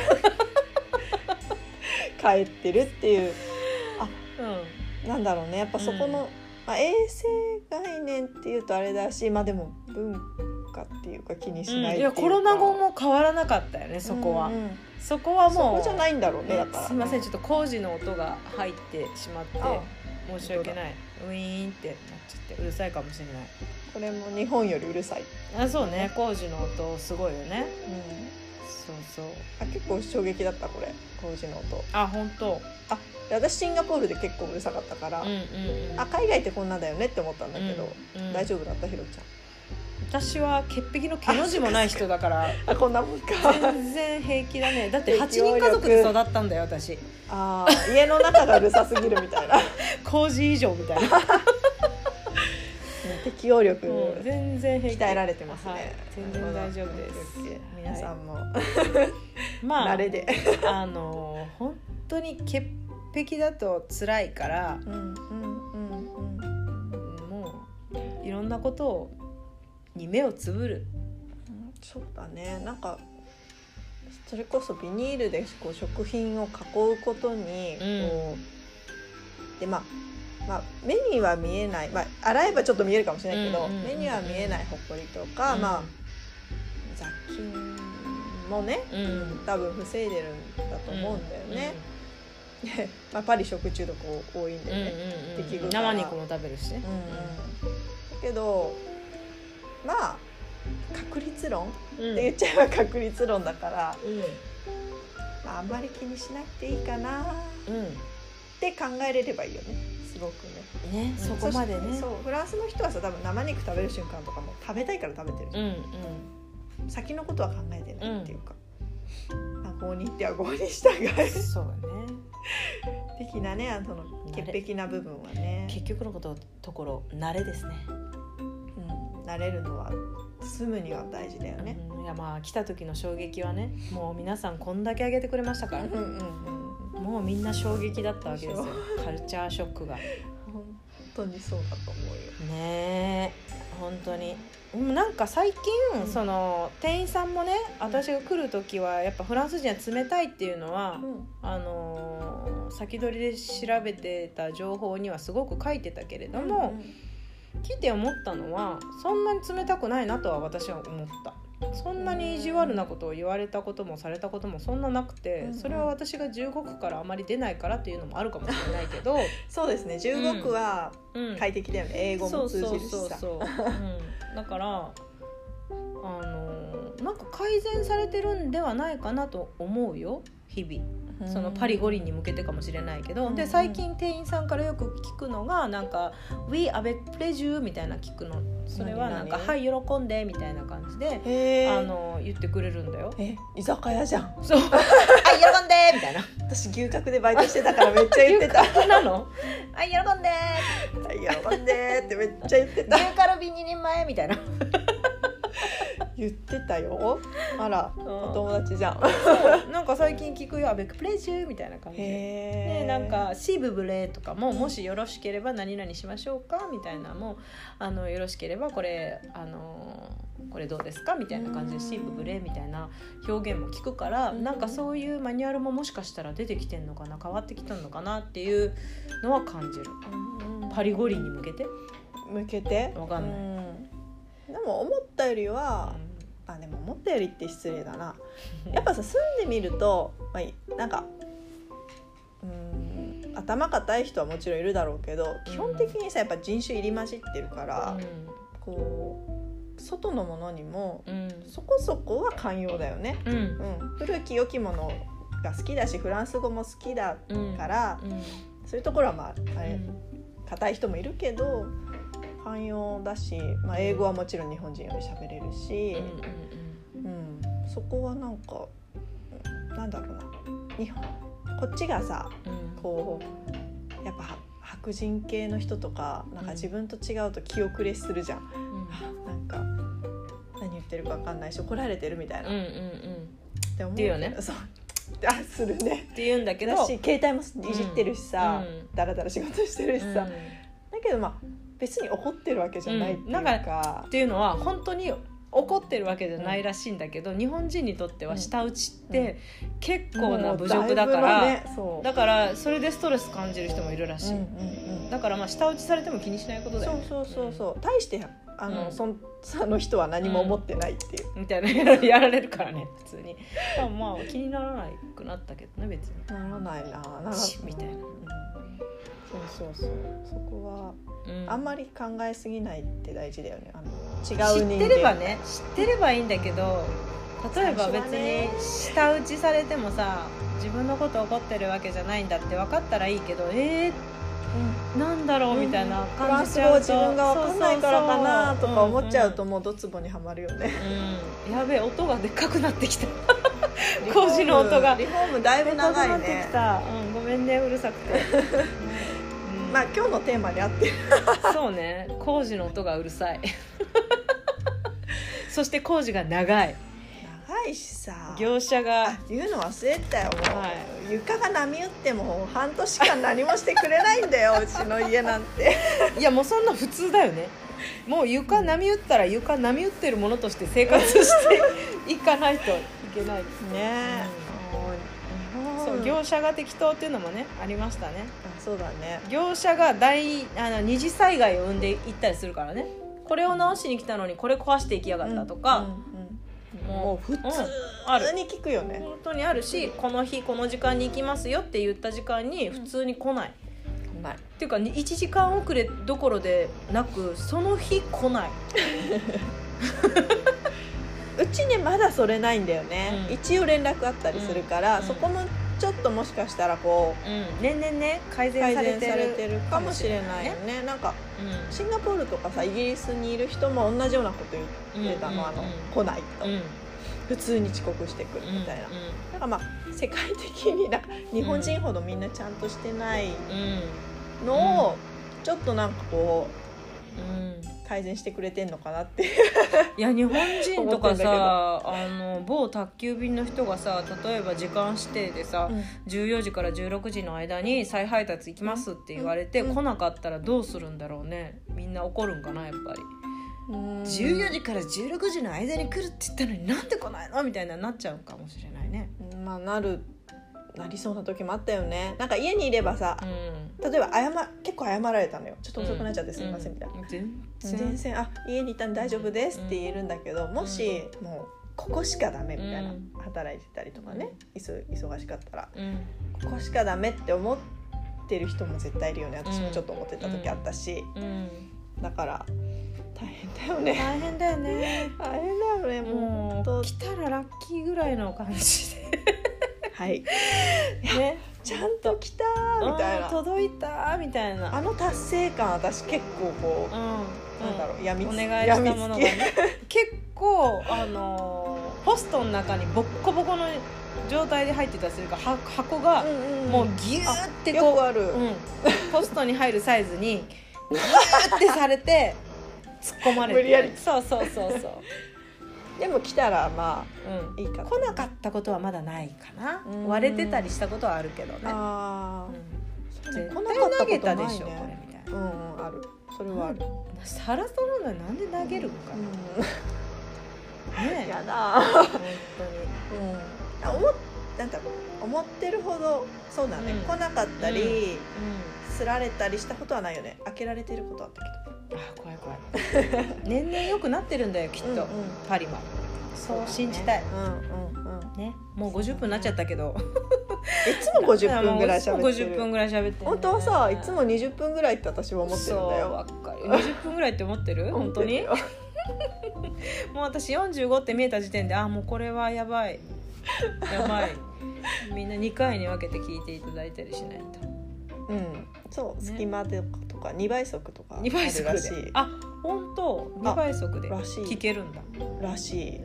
帰ってるっていうなんだろうね、やっぱそこの、衛生概念っていうとあれだし、でも文化っていうか気にしないっていうか、 コロナ後も変わらなかったよね、そこは、そこはもうそこじゃないんだろうね。だからすいません、ちょっと工事の音が入ってしまって申し訳ない。ウィーンってなっちゃってうるさいかもしれない。 これも日本よりうるさい。 そうね、工事の音すごいよね。そう結構衝撃だったこれ、工事の音。 本当。 私シンガポールで結構うるさかったから、海外ってこんなだよねって思ったんだけど、大丈夫だった？ひろちゃん。 私は潔癖の毛の字もない人だからこんなもんか。 全然平気だね。だって8人家族で育ったんだよ私。 家の中がうるさすぎるみたいな工事以上みたいな適応力全然鍛えられてますね。 全然大丈夫です。 皆さんも慣れで本当に潔癖だと辛いから、もういろんなことに目をつぶる。 そうだね。なんかそれこそビニールでこう食品を囲うことに、で目には見えない、洗えばちょっと見えるかもしれないけど、目には見えないほこりとか、雑菌もね、多分防いでるんだと思うんだよね。パリ食中毒多いんでね、 生肉も食べるしね。 だけど確率論って言っちゃえば確率論だから、あんまり気にしなくていいかなって考えれればいいよね。すごくね。 そこまでね。 フランスの人はさ、多分生肉食べる瞬間とかも食べたいから食べてるじゃん。先のことは考えてないっていうか、法に行っては法に従い。そうね。的なね、その潔癖な部分はね。 結局のところ慣れですね。 慣れるのは住むには大事だよね。 いや来た時の衝撃はね、もう皆さんこんだけ上げてくれましたから、もうみんな衝撃だったわけですよ。カルチャーショックが。 本当にそうだと思うよね。本当に。なんか最近、その店員さんもね、私が来る時はやっぱフランス人は冷たいっていうのは、先取りで調べてた情報にはすごく書いてたけれども、来て思ったのはそんなに冷たくないなとは私は思った。そんなに意地悪なことを言われたこともされたこともそんななくて、それは私が15区からあまり出ないからっていうのもあるかもしれないけどそうですね、15区は快適だよね、英語も通じるしさ。 だからなんか改善されてるんではないかなと思うよ、日々。 そのパリ五輪に向けてかもしれないけど、で最近店員さんからよく聞くのがなんか We avec plaisir みたいな聞くの。それはなんかはい喜んでみたいな感じで言ってくれるんだよ。 居酒屋じゃん。 そうはい喜んでみたいな。 私牛角でバイトしてたからめっちゃ言ってた。 牛角なの？はい喜んではい喜んでってめっちゃ言ってた。 牛カルビ2人前みたいな言ってたよ。あら、お友達じゃん。 そうなんか最近聞くよ、アベクプレジューみたいな感じで、なんかシーブブレとかも、もしよろしければ何々しましょうかみたいなもよろしければこれこれどうですかみたいな感じでシーブブレみたいな表現も聞くから、なんかそういうマニュアルももしかしたら出てきてんのかな、変わってきたのかなっていうのは感じる。パリ五輪に向けてわかんない、 でも思ったよりは、でも思ったよりって失礼だな。やっぱさ住んでみると、なんか頭固い人はもちろんいるだろうけど、基本的にさやっぱ人種入り混じってるから、こう外のものにもそこそこは寛容だよね。古き良きものが好きだしフランス語も好きだから、そういうところは固い人もいるけど寛容だし、英語はもちろん日本人より喋れるし、そこはなんかなんだろうな、こっちがさ、こうやっぱ白人系の人とかなんか自分と違うと気遅れするじゃん、なんか何言ってるか分かんないし怒られてるみたいな、って思うよね。そうするねって言うんだけど、 だし携帯もいじってるしさ、だらだら仕事してるしさ、だけど別に怒ってるわけじゃないっていうか、 っていうのは本当に怒ってるわけじゃないらしいんだけど、日本人にとっては舌打ちって結構な侮辱だから、だからそれでストレス感じる人もいるらしい、だから舌打ちされても気にしないことだよね。 そう対してその人は何も思ってないっていう、 みたいなやられるからね普通に。気にならなくなったけどね、別にならないなみたいな、 そこは、あんまり考えすぎないって大事だよね。違う人間知ってればね、知ってればいいんだけど、例えば別に舌打ちされてもさ、自分のこと怒ってるわけじゃないんだって分かったらいいけど、なんだろうみたいな感じちゃうと、 自分が分かんないからかなとか思っちゃうと、もうドツボにはまるよね。 やべえ、音がでっかくなってきた工事の音がリフォームだいぶ長いね。 ごめんね、うるさくて今日のテーマに合ってるそうね、工事の音がうるさいそして工事が長いしさ、 業者が言うの忘れてたよ、もう、床が波打っても半年間何もしてくれないんだようちの家なんていやもうそんな普通だよね。もう床波打ったら床波打ってるものとして生活していかないといけないね。 そう、業者が適当っていうのもねありましたね。 そうだね。 業者が二次災害を生んでいったりするからね。これを直しに来たのにこれ壊していきやがったとか、 もう普通に聞くよね。 本当にあるし、この日この時間に行きますよって言った時間に普通に来ない、っていうか1時間遅れどころでなくその日来ないうちねまだそれないんだよね、一応連絡あったりするから、そこもちょっともしかしたらこう、 年々ね改善されてるかもしれないよね。なんか、シンガポールとかさイギリスにいる人も同じようなこと言ってたの、来ないと、普通に遅刻してくるみたいな、だから世界的になんか日本人ほどみんなちゃんとしてないのをちょっとなんかこう、改善してくれてんのかなっていや日本人とかさ某宅急便の人がさ、例えば時間指定でさ、14時から16時の間に再配達行きますって言われて、来なかったらどうするんだろうね。みんな怒るんかなやっぱり。14時から16時の間に来るって言ったのになんで来ないのみたいななっちゃうかもしれないね。 なりそうな時もあったよね。なんか家にいればさ、例えば結構謝られたのよ。ちょっと遅くなっちゃってすみませんみたいな、全然家にいたんで大丈夫ですって言えるんだけど、もしもうここしかダメみたいな、働いてたりとかね、忙しかったら、ここしかダメって思ってる人も絶対いるよね。私もちょっと思ってた時あったし、だから大変だよね。 大変だよね。 大変だよね。もう来たらラッキーぐらいの感じではいね、 ちゃんと来たみたいな、 届いたみたいな、 あの達成感私結構こう、なんだろう、やみつお願いしたものがね結構ポストの中にボッコボコの状態で入ってたりするから箱がもうギューってこう、 よくある、 ポストに入るサイズにギューってされて突っ込まれて無理やり、 そうでも来たらまあ、いいか来なかったことはまだないかな、割れてたりしたことはあるけどね、絶対投げたでしょこれみたいな、 ある、それはある、 サラサラがなんで投げるのかね、 やだ本当に、 なんか思ってるほどそうだね、来なかったり、すられたりしたことはないよね。開けられてることはあったけど、 怖い年々良くなってるんだよきっと、パリはそう信じたい、ね、もう50分になっちゃったけどいつも50分ぐらい喋ってる、 50分ぐらい喋ってる、 本当はさ、いつも20分ぐらいって私は思ってるんだよ。 そう分かる、20分ぐらいって思ってる本当にもう私45って見えた時点でもうこれはやばいみんな2回に分けて聞いていただいたりしないと、 そう、隙間でとか2倍速とかある 2倍速らしい。 で、本当2倍速で聞けるんだらしい。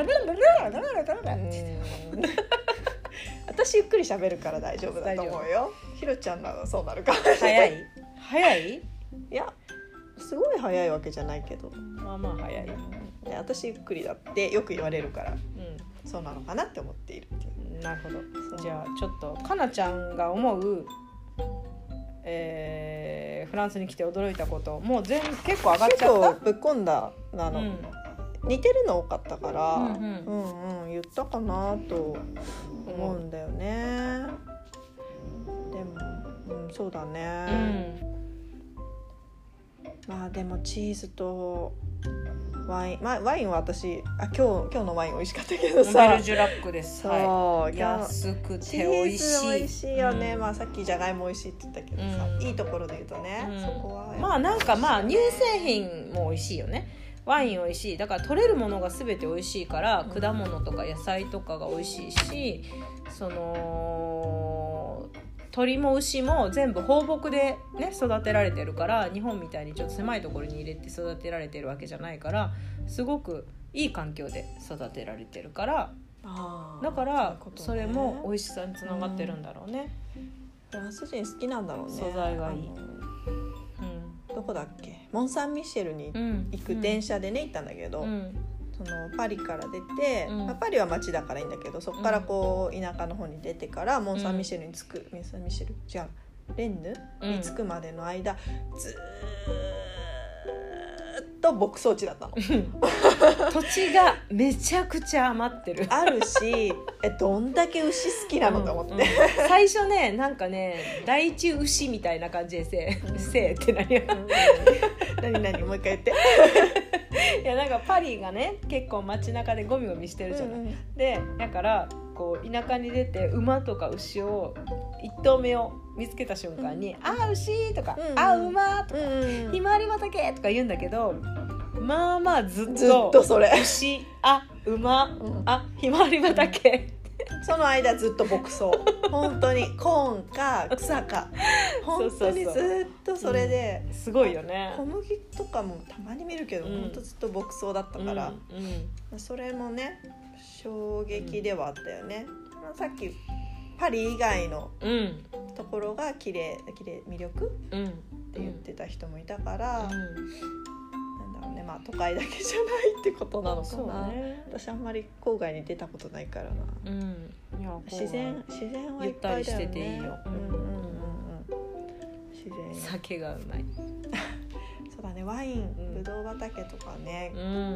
私ゆっくり喋るから大丈夫だと思うよ。ひろちゃんならそうなるか。 早いいや、すごい早いわけじゃないけど、 まあ早い、 私ゆっくりだってよく言われるから、そうなのかなって思っているっていう。 なるほど。じゃあちょっとかなちゃんが思う、フランスに来て驚いたこと、もう結構上がっちゃった。 結構ぶっこんだ似てるの多かったから、言ったかなと思うんだよね。でも、そうだね、まあでもチーズとワインは私今日のワイン美味しかったけどさ、 ベルジュラックです。安くて美味しい。 チーズ美味しいよね。さっきじゃがいも美味しいって言ったけどさ、いいところで言うとね、そこはなんか乳製品も美味しいよね。ワイン美味しい。だから取れるものが全て美味しいから、果物とか野菜とかが美味しいし、鳥も牛も全部放牧でね育てられてるから、日本みたいにちょっと狭いところに入れて育てられてるわけじゃないから、すごくいい環境で育てられてるから、だからそれも美味しさにつながってるんだろうね。 フランス人好きなんだろうね。 素材がいい。 どこだっけ、モンサンミッシェルに行く電車でね行ったんだけど、パリから出て、パリは街だからいいんだけど、そこからこう田舎の方に出てからモンサンミシェルに着く、レンヌに着くまでの間、ずっと牧草地だったの土地がめちゃくちゃ余ってるあるし、どんだけ牛好きなのと思って、 最初ね、なんかね、第一牛みたいな感じでせって何もう一回言っていや、なんかパリがね結構街中でゴミゴミしてるじゃない、でだからこう田舎に出て馬とか牛を1頭目を見つけた瞬間に、牛とか、馬とか、ひまわり畑とか言うんだけど、ずっとそれ牛、馬、ひまわり畑その間ずっと牧草本当にコーンか草か本当にずっとそれで、 すごいよね。 小麦とかもたまに見るけど、本当ずっと牧草だったから、それもね衝撃ではあったよね。さっきパリ以外のところが綺麗魅力、って言ってた人もいたから、都会だけじゃないってことなのかな、私あんまり郊外に出たことないからな、自然はいっぱいだよね。ゆったりしてていいよ、自然、 酒がうまいそうだね、ワイン、ぶどう畑とかね、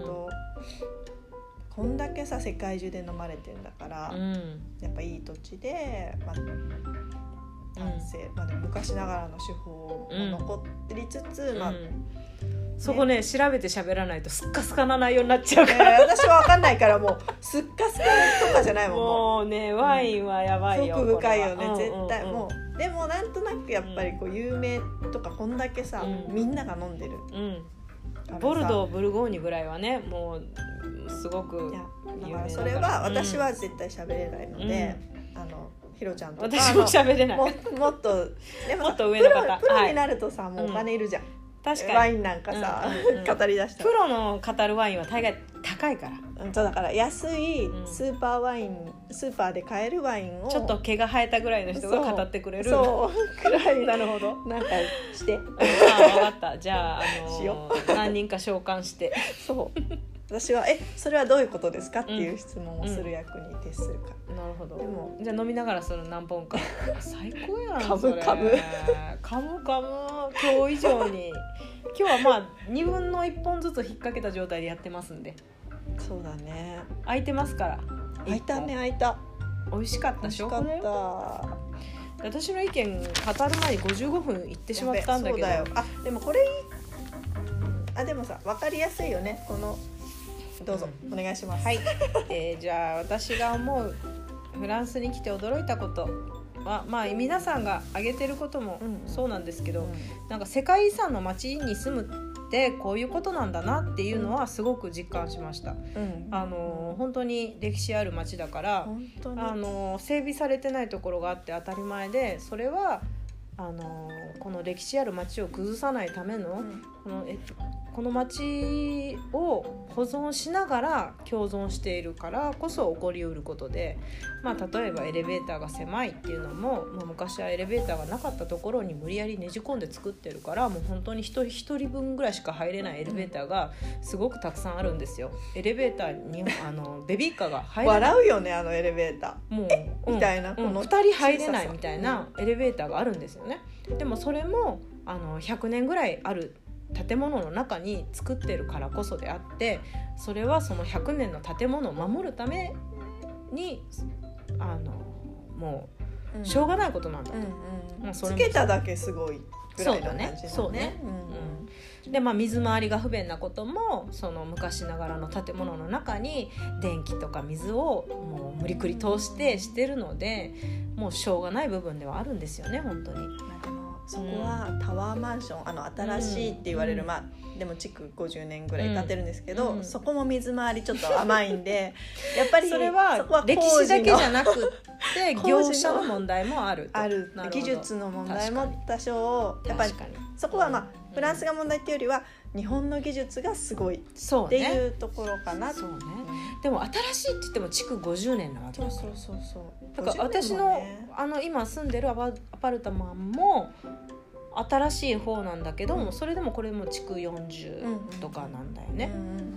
こんだけさ世界中で飲まれてるんだから、やっぱいい土地で、男性、でも昔ながらの手法も残りつつ、 そこね、調べて喋らないとスッカスカな内容になっちゃうから、 私は分かんないから、もうスッカスカとかじゃないもん。 もうね、ワインはやばいよ、 奥深いよね、絶対。もうでもなんとなくやっぱりこう有名とか、こんだけさ、みんなが飲んでる、 ボルドー、ブルゴーニュぐらいはね、もうすごく有名だから。 それは私は絶対喋れないので、 ひろちゃんとか私も喋れない。 もっとでももっと上の方プロになるとさ、もうお金いるじゃん、 確かにワインなんかさ、語り出したらプロの語るワインは大概高いから、 そうだから安いスーパーワイン、スーパーで買えるワインをちょっと毛が生えたぐらいの人が語ってくれる、 そうくらいなるほど、 なんかして分かった。じゃあ、 しよ何人か召喚してそう私はそれはどういうことですかっていう質問をする役に徹するから、 なるほど。 でもじゃあ飲みながらその何本か最高やん噛むそれ噛む今日以上に今日はまあ2分の1本ずつ引っ掛けた状態でやってますんで。 そうだね、 空いてますから。 開いたね、開いた、 美味しかった証拠だよ。私の意見語る前に55分いってしまったんだけど、 そうだよ。でもこれいい、でもさ分かりやすいよね、このどうぞ、お願いします。 はい、じゃあ私が思うフランスに来て驚いたことは、まあ皆さんが挙げてることもそうなんですけど、なんか世界遺産の街に住むってこういうことなんだなっていうのはすごく実感しました。本当に歴史ある街だから、整備されてないところがあって当たり前で、それはこの歴史ある街を崩さないための、この街を保存しながら共存しているからこそ起こりうることで、例えばエレベーターが狭いっていうのも、昔はエレベーターがなかったところに無理やりねじ込んで作ってるから、もう本当に一人分ぐらいしか入れないエレベーターがすごくたくさんあるんですよ。エレベーターにベビーカーが入れない、 笑うよね、エレベーターもうみたいな、この 2人入れないみたいなエレベーターがあるんですよね。でもそれも100年ぐらいある建物の中に作ってるからこそであって、それはその100年の建物を守るためにもうしょうがないことなんだと、 つけただけすごいぐらいの感じだね。 そうね。で水回りが不便なことも、その昔ながらの建物の中に電気とか水をもう無理くり通してるので、もうしょうがない部分ではあるんですよね、本当に。 そこはタワーマンション、新しいって言われる、でも築50年ぐらい経ってるんですけど、そこも水回りちょっと甘いんでやっぱりそれは歴史だけじゃなくって業者の問題もある技術の問題も多少、やっぱりそこはフランスが問題っていうよりは日本の技術がすごいっていうところかな。 そうね。でも新しいって言っても築50年なわけだから。 そうだから私の今住んでるアパルトマンも新しい方なんだけども、それでもこれも築40とかなんだよね。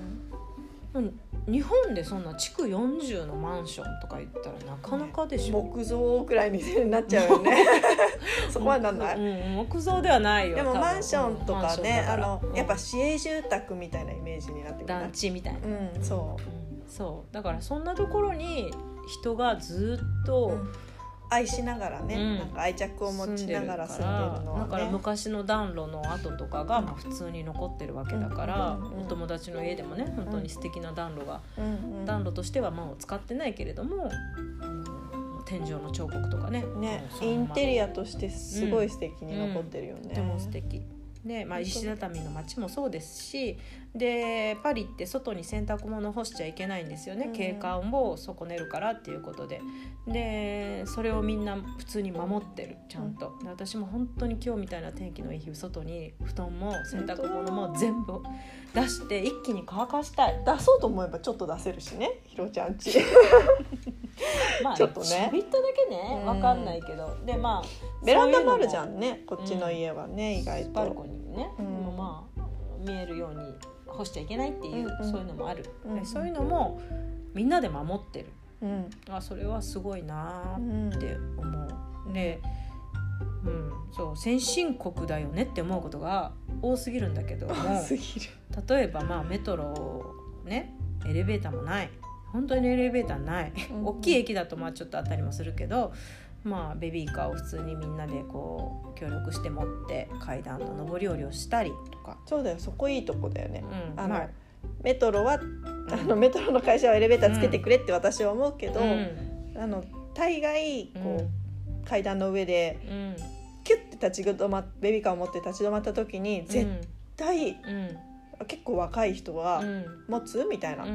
日本でそんな築40のマンションとか言ったらなかなかでしょ。 木造くらいになっちゃうよねそこはなんない、 木造ではないよ。 でもマンションとかね、やっぱ市営住宅みたいなイメージになってくる、 団地みたいな、そうだからそんなところに人がずっと、 愛しながらね、なんか愛着を持ちながら住んでるのはね。 だから昔の暖炉の跡とかが普通に残ってるわけだから、お友達の家でもね本当に素敵な暖炉が、暖炉としては使ってないけれども、天井の彫刻とかね、 インテリアとしてすごい素敵に残ってるよね。 とても素敵で、石畳の街もそうですし、でパリって外に洗濯物干しちゃいけないんですよね、景観を損ねるからっていうことで。でそれをみんな普通に守ってる、ちゃんと。で私も本当に今日みたいな天気のいい日、外に布団も洗濯物も全部出して一気に乾かしたい。 出そうと思えばちょっと出せるしね、ひろちゃんちちょっとね、ちょびっとだけね、分かんないけど、でベランダもあるじゃんね、こっちの家はね、意外とバルコニーにね、見えるように干しちゃいけないっていう、そういうのもある、そういうのもみんなで守ってる、それはすごいなって思う。で、そう先進国だよねって思うことが多すぎるんだけども、例えばメトロね、エレベーターもない、本当にエレベーターない、大きい駅だとちょっとあったりもするけど、ベビーカーを普通にみんなでこう協力して持って階段の上り下りをしたりとか。 そうだよ、そこいいとこだよね。メトロはメトロの会社はエレベーターつけてくれって私は思うけど、大概こう階段の上でキュッて立ち止まってベビーカーを持って立ち止まった時に絶対、結構若い人は持つみたいな、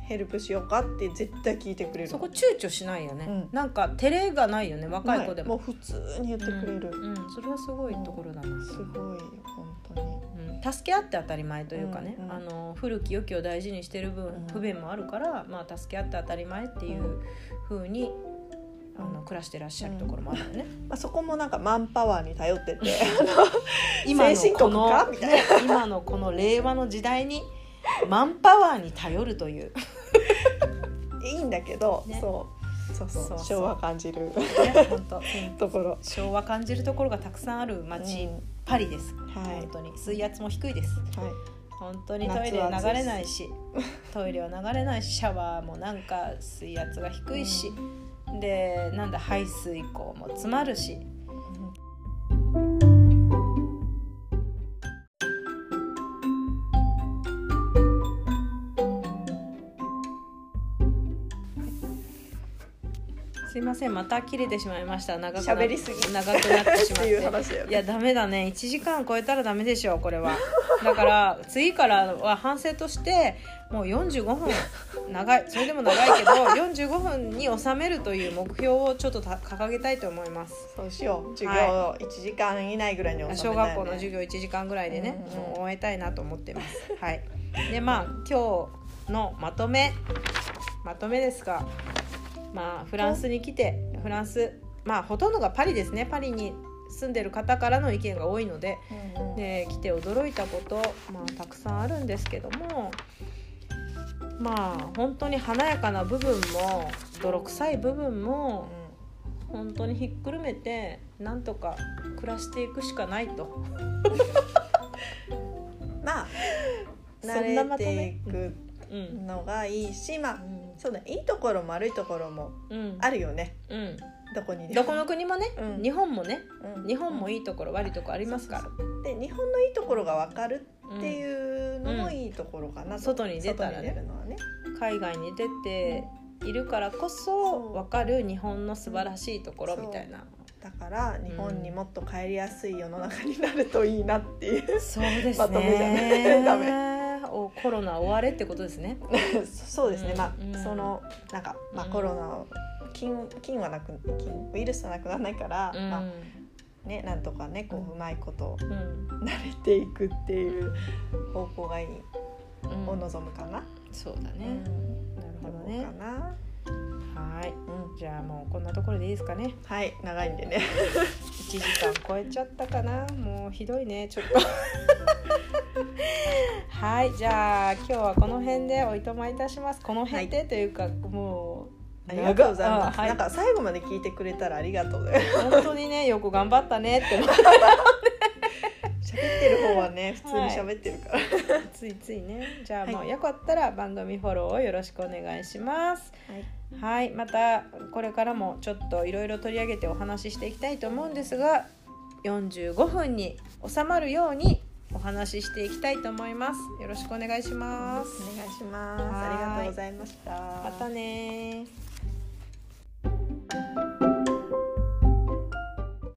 ヘルプしようかって絶対聞いてくれる。 そこ躊躇しないよね、なんか照れがないよね、若い子でも。 もう普通に言ってくれる、 それはすごいところだな。 すごい本当に、 助け合って当たり前というかね、古き良きを大事にしてる分、不便もあるから、まあ、助け合って当たり前っていう風に暮らしてらっしゃるところもあるよね。 そこもなんかマンパワーに頼ってて今の先進国かみたいな今のこの令和の時代にマンパワーに頼るといういいんだけど、ね、そう昭和感じる、ね、本当ところ、 昭和感じるところがたくさんある街、パリです、本当に水圧も低いです、本当にトイレは流れないしトイレは流れないし、シャワーもなんか水圧が低いし、でなんだ排水口も詰まるし、すいません、また切れてしまいました。 喋りすぎ長くなってしまっていう話だよね。 いやダメだね、1時間超えたらダメでしょこれは。だから次からは反省としてもう45分長い、それでも長いけど45分に収めるという目標をちょっと掲げたいと思います。 そうしよう。授業1時間以内ぐらいに収めたい、ね、 小学校の授業1時間ぐらいでね、もう終えたいなと思ってます。はい。でまあ今日のまとめですが、まあフランスに来て、フランス、まあほとんどがパリですね。パリに住んでる方からの意見が多いので、で来て驚いたこと、まあたくさんあるんですけども、まあ本当に華やかな部分も泥臭い部分も本当にひっくるめてなんとか暮らしていくしかないとまあ慣れていくのがいいし、まあそうだ、いいところも悪いところもあるよね、どこにでも、 どこの国もね、日本もね、日本もいいところ悪いところありますから、 で日本のいいところが分かるっていうのもいいところかな、 外に出たらね、海外に出ているからこそ分かる日本の素晴らしいところみたいな。 だから日本にもっと帰りやすい世の中になるといいなっていう、 そうですね、 まとめじゃねダメコロナ終われってことですねそうですね、まあそのなんか、まあ、コロナ菌はなく、ウイルスはなくならないから、まあね、なんとかねこううまいこと慣れていくっていう方向がいい、を望むかな。 そうだね、なるほどね。はい、じゃあもうこんなところでいいですかね。 はい、長いんでね 1時間超えちゃったかな、もうひどいねちょっとはい、じゃあ今日はこの辺でおいとまいたします。この辺で、というかもうありがとうございます、なんか最後まで聞いてくれたらありがとうだよ本当にね、よく頑張ったねって思って喋ってる方はね普通に喋ってるから、 ついついね。じゃあもうよかったら番組フォローをよろしくお願いします。はい、またこれからもちょっといろいろ取り上げてお話ししていきたいと思うんですが、45分に収まるようにお話ししていきたいと思います。よろしくお願いします。 お願いします。ありがとうございました。 またね。